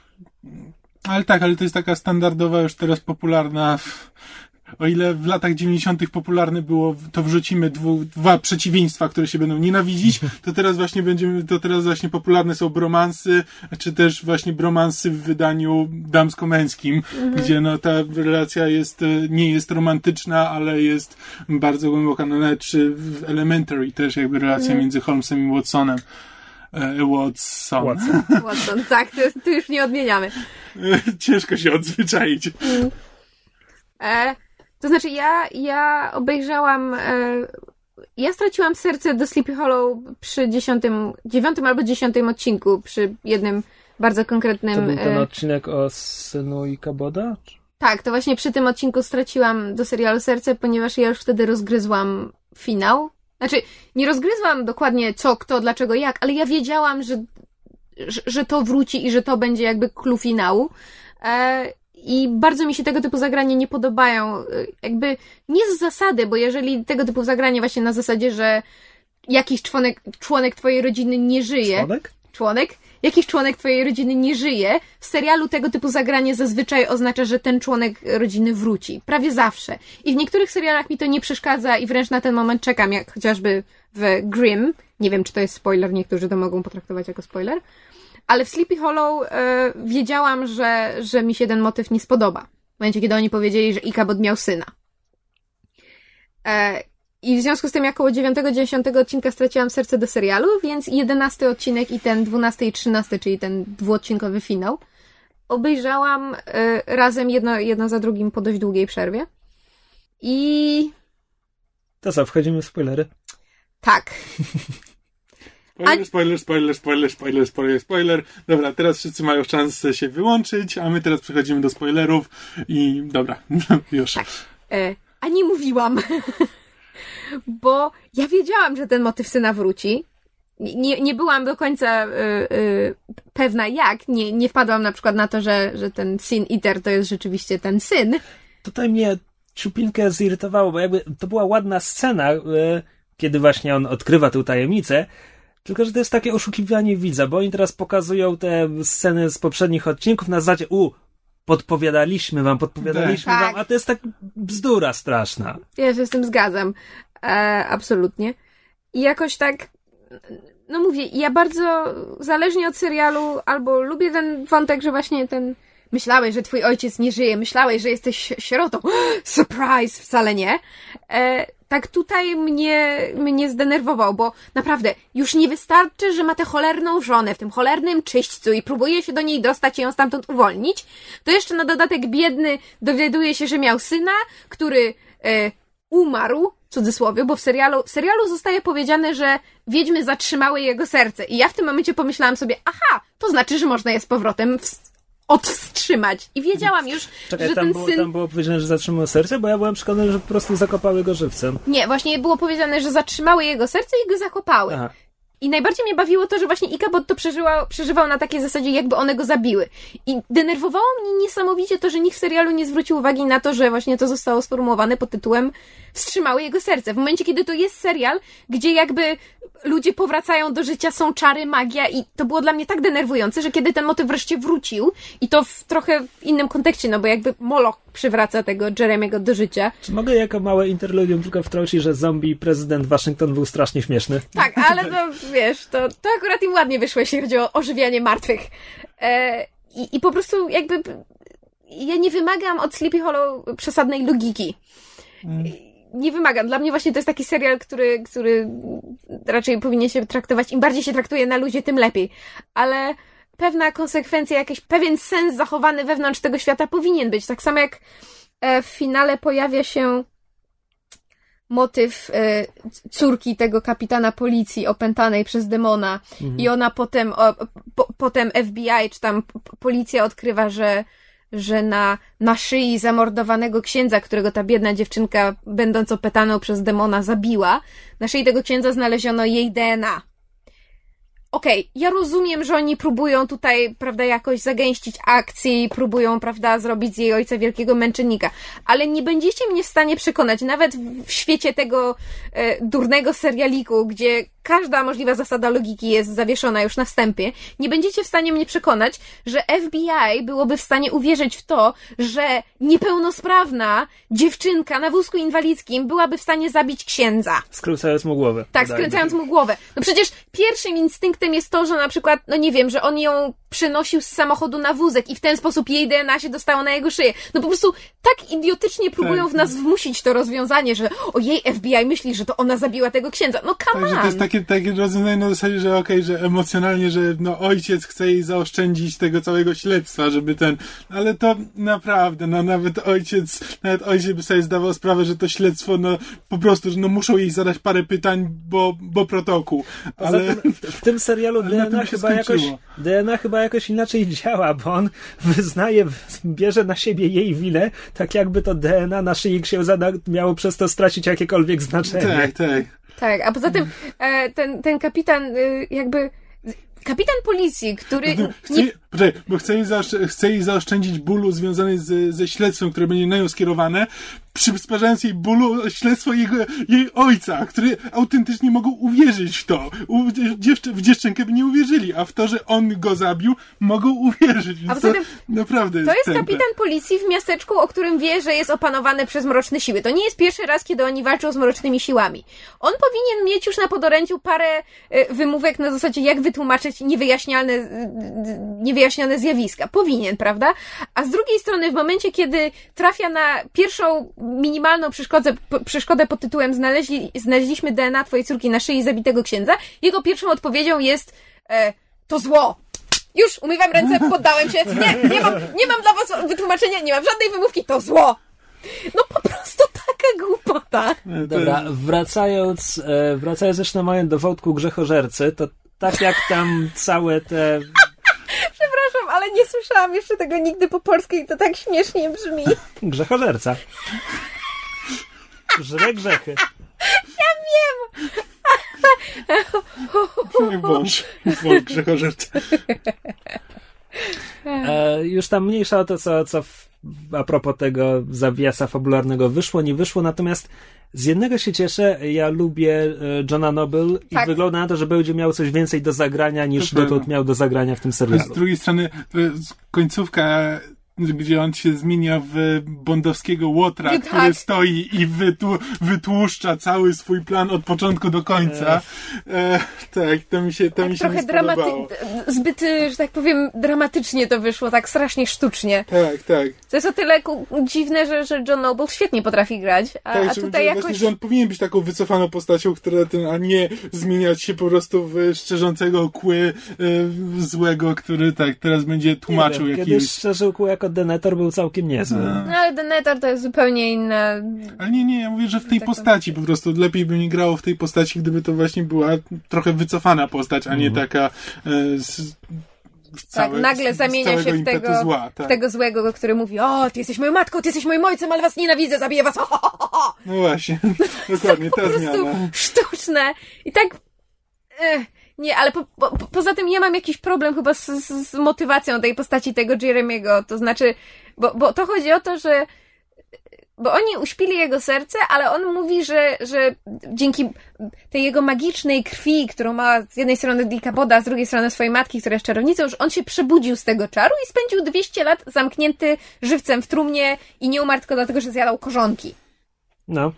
ale tak, ale to jest taka standardowa, już teraz popularna... O ile w latach dziewięćdziesiątych popularne było, to wrzucimy dwu, dwa przeciwieństwa, które się będą nienawidzić, to teraz właśnie będziemy, to teraz właśnie popularne są bromansy, czy też właśnie bromansy w wydaniu damsko-męskim, mhm. gdzie no ta relacja jest, nie jest romantyczna, ale jest bardzo głęboka, no nawet czy w Elementary też jakby relacja mhm. między Holmesem i Watsonem. Watson. Watson. Watson, tak, to, to już nie odmieniamy. Ciężko się odzwyczaić. Mhm. E... To znaczy, ja, ja obejrzałam, e, ja straciłam serce do Sleepy Hollow przy dziesiątym, dziewiątym albo dziesiątym odcinku, przy jednym bardzo konkretnym... To był ten odcinek o synu i Kaboda? Tak, to właśnie przy tym odcinku straciłam do serialu serce, ponieważ ja już wtedy rozgryzłam finał. Znaczy, nie rozgryzłam dokładnie co, kto, dlaczego, jak, ale ja wiedziałam, że, że, że to wróci i że to będzie jakby clue finału. E, I bardzo mi się tego typu zagrania nie podobają. Jakby nie z zasady, bo jeżeli tego typu zagranie właśnie na zasadzie, że jakiś członek, członek twojej rodziny nie żyje... Członek? Członek? Jakiś członek twojej rodziny nie żyje, w serialu tego typu zagranie zazwyczaj oznacza, że ten członek rodziny wróci. Prawie zawsze. I w niektórych serialach mi to nie przeszkadza i wręcz na ten moment czekam, jak chociażby w Grimm. Nie wiem, czy to jest spoiler, niektórzy to mogą potraktować jako spoiler. Ale w Sleepy Hollow e, wiedziałam, że, że mi się ten motyw nie spodoba. W momencie, kiedy oni powiedzieli, że Ichabod miał syna. E, I w związku z tym, jako dziewiątego, dziesiątego odcinka straciłam serce do serialu, więc jedenasty odcinek i ten dwunasty i trzynasty, czyli ten dwuodcinkowy finał, obejrzałam e, razem jedno, jedno za drugim po dość długiej przerwie. I... To co, wchodzimy w spoilery? Tak. Spoiler, spoiler, spoiler, spoiler, spoiler, spoiler, spoiler. Dobra, teraz wszyscy mają szansę się wyłączyć, a my teraz przechodzimy do spoilerów i dobra, już. Tak. E, a nie mówiłam. Bo ja wiedziałam, że ten motyw syna wróci. Nie, nie byłam do końca y, y, pewna jak. Nie, nie wpadłam na przykład na to, że, że ten Sin Eater to jest rzeczywiście ten syn. Tutaj mnie ciupinkę zirytowało, bo jakby to była ładna scena, y, kiedy właśnie on odkrywa tę tajemnicę. Tylko że to jest takie oszukiwanie widza, bo oni teraz pokazują te sceny z poprzednich odcinków na zasadzie u, podpowiadaliśmy wam, podpowiadaliśmy tak. wam, a to jest tak bzdura straszna. Ja się z tym zgadzam. E, absolutnie. I jakoś tak, no mówię, ja bardzo zależnie od serialu albo lubię ten wątek, że właśnie ten myślałeś, że twój ojciec nie żyje, myślałeś, że jesteś sierotą. Surprise! Wcale nie. E, tak tutaj mnie, mnie zdenerwował, bo naprawdę już nie wystarczy, że ma tę cholerną żonę w tym cholernym czyśćcu i próbuje się do niej dostać i ją stamtąd uwolnić, to jeszcze na dodatek biedny dowiaduje się, że miał syna, który e, umarł, w cudzysłowie, bo w serialu, w serialu zostaje powiedziane, że wiedźmy zatrzymały jego serce. I ja w tym momencie pomyślałam sobie, aha, to znaczy, że można je z powrotem w- odwstrzymać. I wiedziałam już, Czekaj, że tam ten było, syn... tam było powiedziane, że zatrzymało serce, bo ja byłem przekonany, że po prostu zakopały go żywcem. Nie, właśnie było powiedziane, że zatrzymały jego serce i go zakopały. Aha. I najbardziej mnie bawiło to, że właśnie Ichabod to przeżywał, przeżywał na takiej zasadzie, jakby one go zabiły. I denerwowało mnie niesamowicie to, że nikt w serialu nie zwrócił uwagi na to, że właśnie to zostało sformułowane pod tytułem wstrzymały jego serce. W momencie, kiedy to jest serial, gdzie jakby ludzie powracają do życia, są czary, magia i to było dla mnie tak denerwujące, że kiedy ten motyw wreszcie wrócił i to w trochę innym kontekście, no bo jakby Moloch przywraca tego Jeremiego do życia. Czy mogę jako małe interludium tylko wtrącić, że zombie prezydent Waszyngton był strasznie śmieszny? Tak, ale to wiesz, to, to akurat im ładnie wyszło, jeśli chodzi o ożywianie martwych. E, i, I po prostu jakby ja nie wymagam od Sleepy Hollow przesadnej logiki. Mm. Nie wymagam. Dla mnie właśnie to jest taki serial, który, który raczej powinien się traktować, im bardziej się traktuje na luzie, tym lepiej. Ale pewna konsekwencja, jakiś pewien sens zachowany wewnątrz tego świata powinien być. Tak samo jak w finale pojawia się motyw e, córki tego kapitana policji opętanej przez demona mhm. i ona potem, o, po, potem F B I czy tam policja odkrywa, że, że na, na szyi zamordowanego księdza, którego ta biedna dziewczynka, będąc opętaną przez demona, zabiła, na szyi tego księdza znaleziono jej D N A. Okej, okay, ja rozumiem, że oni próbują tutaj, prawda, jakoś zagęścić akcję i próbują, prawda, zrobić z jej ojca wielkiego męczennika, ale nie będziecie mnie w stanie przekonać, nawet w świecie tego e, durnego serialiku, gdzie każda możliwa zasada logiki jest zawieszona już na wstępie, nie będziecie w stanie mnie przekonać, że F B I byłoby w stanie uwierzyć w to, że niepełnosprawna dziewczynka na wózku inwalidzkim byłaby w stanie zabić księdza. Skręcając mu głowę. Tak, skręcając mu głowę. No przecież pierwszym instynktem jest to, że na przykład, no nie wiem, że on ją przynosił z samochodu na wózek i w ten sposób jej D N A się dostało na jego szyję. No po prostu tak idiotycznie próbują w nas wmusić to rozwiązanie, że ojej, F B I myśli, że to ona zabiła tego księdza. No come on! To jest takie, takie rozwiązanie na zasadzie, że okej, okay, że emocjonalnie, że no ojciec chce jej zaoszczędzić tego całego śledztwa, żeby ten... Ale to naprawdę, no nawet ojciec, nawet ojciec by sobie zdawał sprawę, że to śledztwo, no po prostu, że no muszą jej zadać parę pytań, bo, bo protokół. Ale... Tym, w tym serialu D N A chyba jakoś, D N A chyba jakoś inaczej działa, bo on wyznaje, bierze na siebie jej winę, tak jakby to D N A na szyi księdza miało przez to stracić jakiekolwiek znaczenie. Tak, tak. Tak, a poza tym ten, ten kapitan jakby kapitan policji, który... Chcę, nie... Poczekaj, bo chcę jej, zaoszczędzić, chcę jej zaoszczędzić bólu związanej z, ze śledztwem, które będzie na nią skierowane, przysparzając jej bólu śledztwo jego, jej ojca, który autentycznie mogą uwierzyć w to. U, dziewczę, w dziewczynkę by nie uwierzyli, a w to, że on go zabił, mogą uwierzyć. Więc a poza tym, to naprawdę jest To jest tępe. kapitan policji w miasteczku, o którym wie, że jest opanowane przez mroczne siły. To nie jest pierwszy raz, kiedy oni walczą z mrocznymi siłami. On powinien mieć już na podorędziu parę y, wymówek na zasadzie, jak wytłumaczyć niewyjaśnialne, y, niewyjaśnione zjawiska. Powinien, prawda? A z drugiej strony, w momencie, kiedy trafia na pierwszą minimalną przeszkodę, p- przeszkodę pod tytułem znaleźli, znaleźliśmy D N A twojej córki na szyi zabitego księdza, jego pierwszą odpowiedzią jest e, to zło. Już, umywam ręce, poddałem się. Nie, nie mam, nie mam dla was wytłumaczenia, nie mam żadnej wymówki, to zło. No po prostu taka głupota. Dobra, wracając, e, wracając jeszcze na moment do wątku grzechożercy, to tak jak tam całe te... Przepraszam, ale nie słyszałam jeszcze tego nigdy po polsku i to tak śmiesznie brzmi. Grzechożerca. Żre grzechy. Ja wiem! Wąż, wąż grzechożerca. E, już tam mniejsza o to, co, co w, a propos tego zawiasa fabularnego wyszło, nie wyszło, natomiast z jednego się cieszę, ja lubię Johna Noble i tak. wygląda na to, że będzie miał coś więcej do zagrania niż dotąd miał do zagrania w tym serialu. Z drugiej strony końcówka, gdzie on się zmienia w bondowskiego łotra, tak. który stoi i wytłu, wytłuszcza cały swój plan od początku do końca. E, tak, to mi się, to tak mi się trochę nie spodobało. dramaty- zbyt, że tak powiem, dramatycznie to wyszło, tak strasznie sztucznie. Tak, tak. To jest o tyle ku- dziwne, że, że John Noble świetnie potrafi grać, a, tak, a że, tutaj że jakoś... Właśnie, że on powinien być taką wycofaną postacią, która ten, a nie zmieniać się po prostu w szczerzącego kły y, złego, który tak teraz będzie tłumaczył jakimś... jakimś... Kiedyś szczerze kół jako Denethor był całkiem niezły. No. No ale Denethor to jest zupełnie inna... Ale nie, nie, ja mówię, że w tej tak postaci po prostu lepiej by mi grało w tej postaci, gdyby to właśnie była trochę wycofana postać, a nie Mhm. taka e, z, całe, tak, nagle z, zamienia z się w tego, zła, tak. w tego złego, który mówi: o, ty jesteś moją matką, ty jesteś moim ojcem, ale was nienawidzę, zabiję was. Ho, ho, ho, ho. No właśnie, dokładnie, po ta prostu zmiana. sztuczne. I tak... Ech, nie, ale po, po, poza tym ja mam jakiś problem chyba z, z, z motywacją tej postaci tego Jeremiego, to znaczy, bo, bo to chodzi o to, że bo oni uśpili jego serce, ale on mówi, że, że dzięki tej jego magicznej krwi, którą ma z jednej strony Dikaboda, a z drugiej strony swojej matki, która jest czarownicą, że on się przebudził z tego czaru i spędził dwieście lat zamknięty żywcem w trumnie i nie umarł tylko dlatego, że zjadał korzonki. No.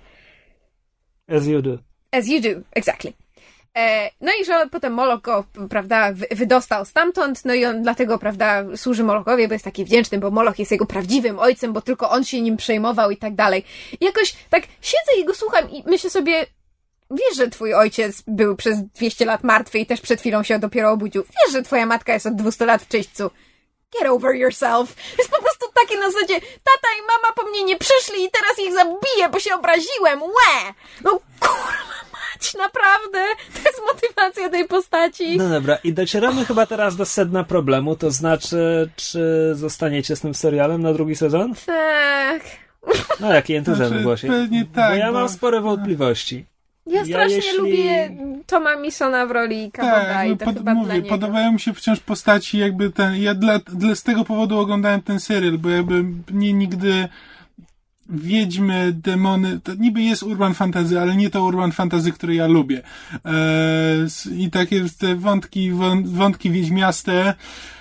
As you do. As you do, exactly. No i że potem Moloch go, prawda, wydostał stamtąd, no i on dlatego, prawda, służy Molochowi, bo jest taki wdzięczny, bo Moloch jest jego prawdziwym ojcem, bo tylko on się nim przejmował i tak dalej. I jakoś tak siedzę i go słucham i myślę sobie, wiesz, że twój ojciec był przez dwieście lat martwy i też przed chwilą się dopiero obudził. Wiesz, że twoja matka jest od dwieście lat w czyśćcu. Get over yourself. Jest po prostu takie na zasadzie, tata i mama po mnie nie przyszli i teraz ich zabiję, bo się obraziłem. Łe! No kurwa mać, naprawdę. To jest motywacja tej postaci. No dobra, i docieramy chyba teraz do sedna problemu, to znaczy, czy zostaniecie z tym serialem na drugi sezon? Tak. No jaki entuzjazm Znaczy, w głosie. pewnie tak, Bo ja bo- mam spore wątpliwości. Ja strasznie jeśli- lubię Toma Misona w roli Kaboda Tak, i no to pod, chyba dla mówię, niego. podobają mi się wciąż postaci jakby ten, ja dla, dla, z tego powodu oglądałem ten serial, bo jakby nie nigdy wiedźmy, demony, to niby jest urban fantasy, ale nie to urban fantasy, które ja lubię. Eee, I takie te wątki, wą- wątki wiedźmiaste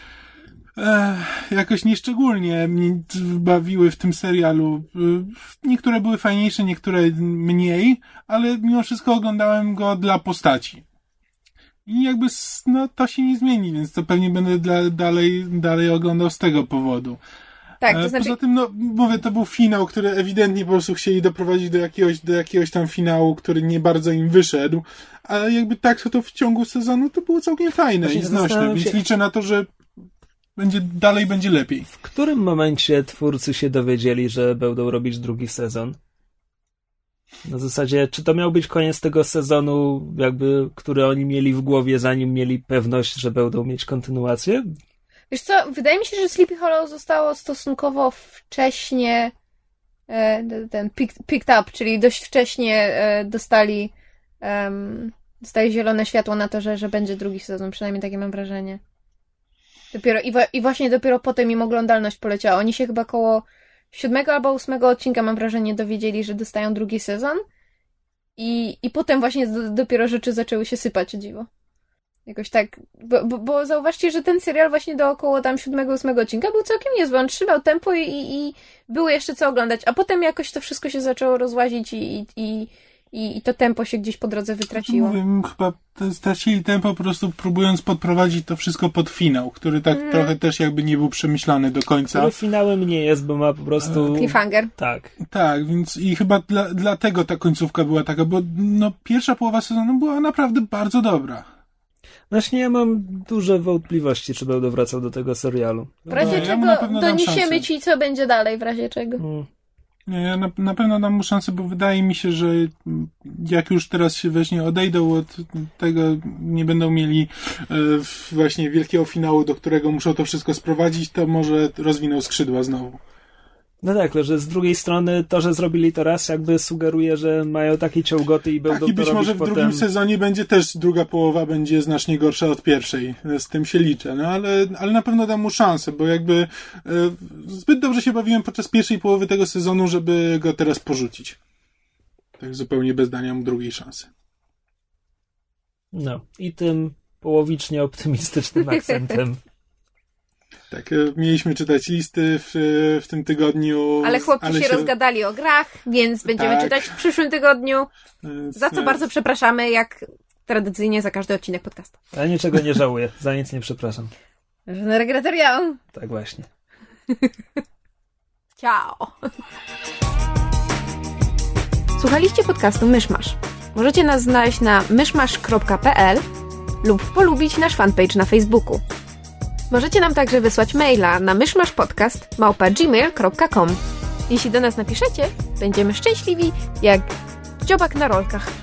e, jakoś nieszczególnie mnie bawiły w tym serialu. E, Niektóre były fajniejsze, niektóre mniej, ale mimo wszystko oglądałem go dla postaci. I jakby, s- no, to się nie zmieni, więc to pewnie będę dla, dalej, dalej oglądał z tego powodu. Tak, E, to znaczy... Poza tym, no, mówię, to był finał, który ewidentnie po prostu chcieli doprowadzić do jakiegoś, do jakiegoś tam finału, który nie bardzo im wyszedł, ale jakby tak to w ciągu sezonu to było całkiem fajne Właśnie i znośne, zastanawiam więc się- liczę na to, że będzie, dalej będzie lepiej. W którym momencie twórcy się dowiedzieli, że będą robić drugi sezon? Na zasadzie, czy to miał być koniec tego sezonu, jakby, który oni mieli w głowie, zanim mieli pewność, że będą mieć kontynuację? Wiesz co, wydaje mi się, że Sleepy Hollow zostało stosunkowo wcześnie e, ten pick, picked up, czyli dość wcześnie e, dostali um, dostaje zielone światło na to, że, że będzie drugi sezon. Przynajmniej takie mam wrażenie. Dopiero, i, wa- I właśnie dopiero potem im oglądalność poleciała. Oni się chyba koło siódmego albo ósmego odcinka, mam wrażenie, dowiedzieli, że dostają drugi sezon. I, i potem właśnie do, dopiero rzeczy zaczęły się sypać, o dziwo. Jakoś tak, bo, bo, bo zauważcie, że ten serial właśnie do około tam siódmego, ósmego odcinka był całkiem niezły. On trzymał tempo i, i, i było jeszcze co oglądać. A potem jakoś to wszystko się zaczęło rozłazić i, i, i, i to tempo się gdzieś po drodze wytraciło. Mówię, chyba stracili tempo po prostu próbując podprowadzić to wszystko pod finał, który tak mm. trochę też jakby nie był przemyślany do końca. Który finałem nie jest, bo ma po prostu... Cliffhanger. Tak. Tak, więc i chyba dla, dlatego ta końcówka była taka, bo no pierwsza połowa sezonu była naprawdę bardzo dobra. Znaczy ja mam duże wątpliwości, czy będę wracał do tego serialu. W razie no, czego ja doniesiemy ci, co będzie dalej, w razie czego. Hmm. Nie, ja na, na pewno dam mu szansę, bo wydaje mi się, że jak już teraz się właśnie odejdą od tego, nie będą mieli e, właśnie wielkiego finału, do którego muszą to wszystko sprowadzić, to może rozwiną skrzydła znowu. No tak, że z drugiej strony to, że zrobili to raz, jakby sugeruje, że mają takie ciągoty i będą tak, i być to może w potem... drugim sezonie będzie też, druga połowa będzie znacznie gorsza od pierwszej. Z tym się liczę, no ale, ale na pewno dam mu szansę, bo jakby e, zbyt dobrze się bawiłem podczas pierwszej połowy tego sezonu, żeby go teraz porzucić. Tak zupełnie bez dania mu drugiej szansy. No, i tym połowicznie optymistycznym akcentem. Tak, mieliśmy czytać listy w, w tym tygodniu. Ale chłopcy ale się, się rozgadali o grach, więc będziemy tak. czytać w przyszłym tygodniu. Za co bardzo przepraszamy, jak tradycyjnie za każdy odcinek podcastu. Ja niczego nie żałuję, za nic nie przepraszam. Je ne regrette rien. Tak właśnie. Ciao. Słuchaliście podcastu Myszmasz. Możecie nas znaleźć na myszmasz kropka p l lub polubić nasz fanpage na Facebooku. Możecie nam także wysłać maila na myszmaszpodcast małpa gmail kropka com. Jeśli do nas napiszecie, będziemy szczęśliwi jak dziobak na rolkach.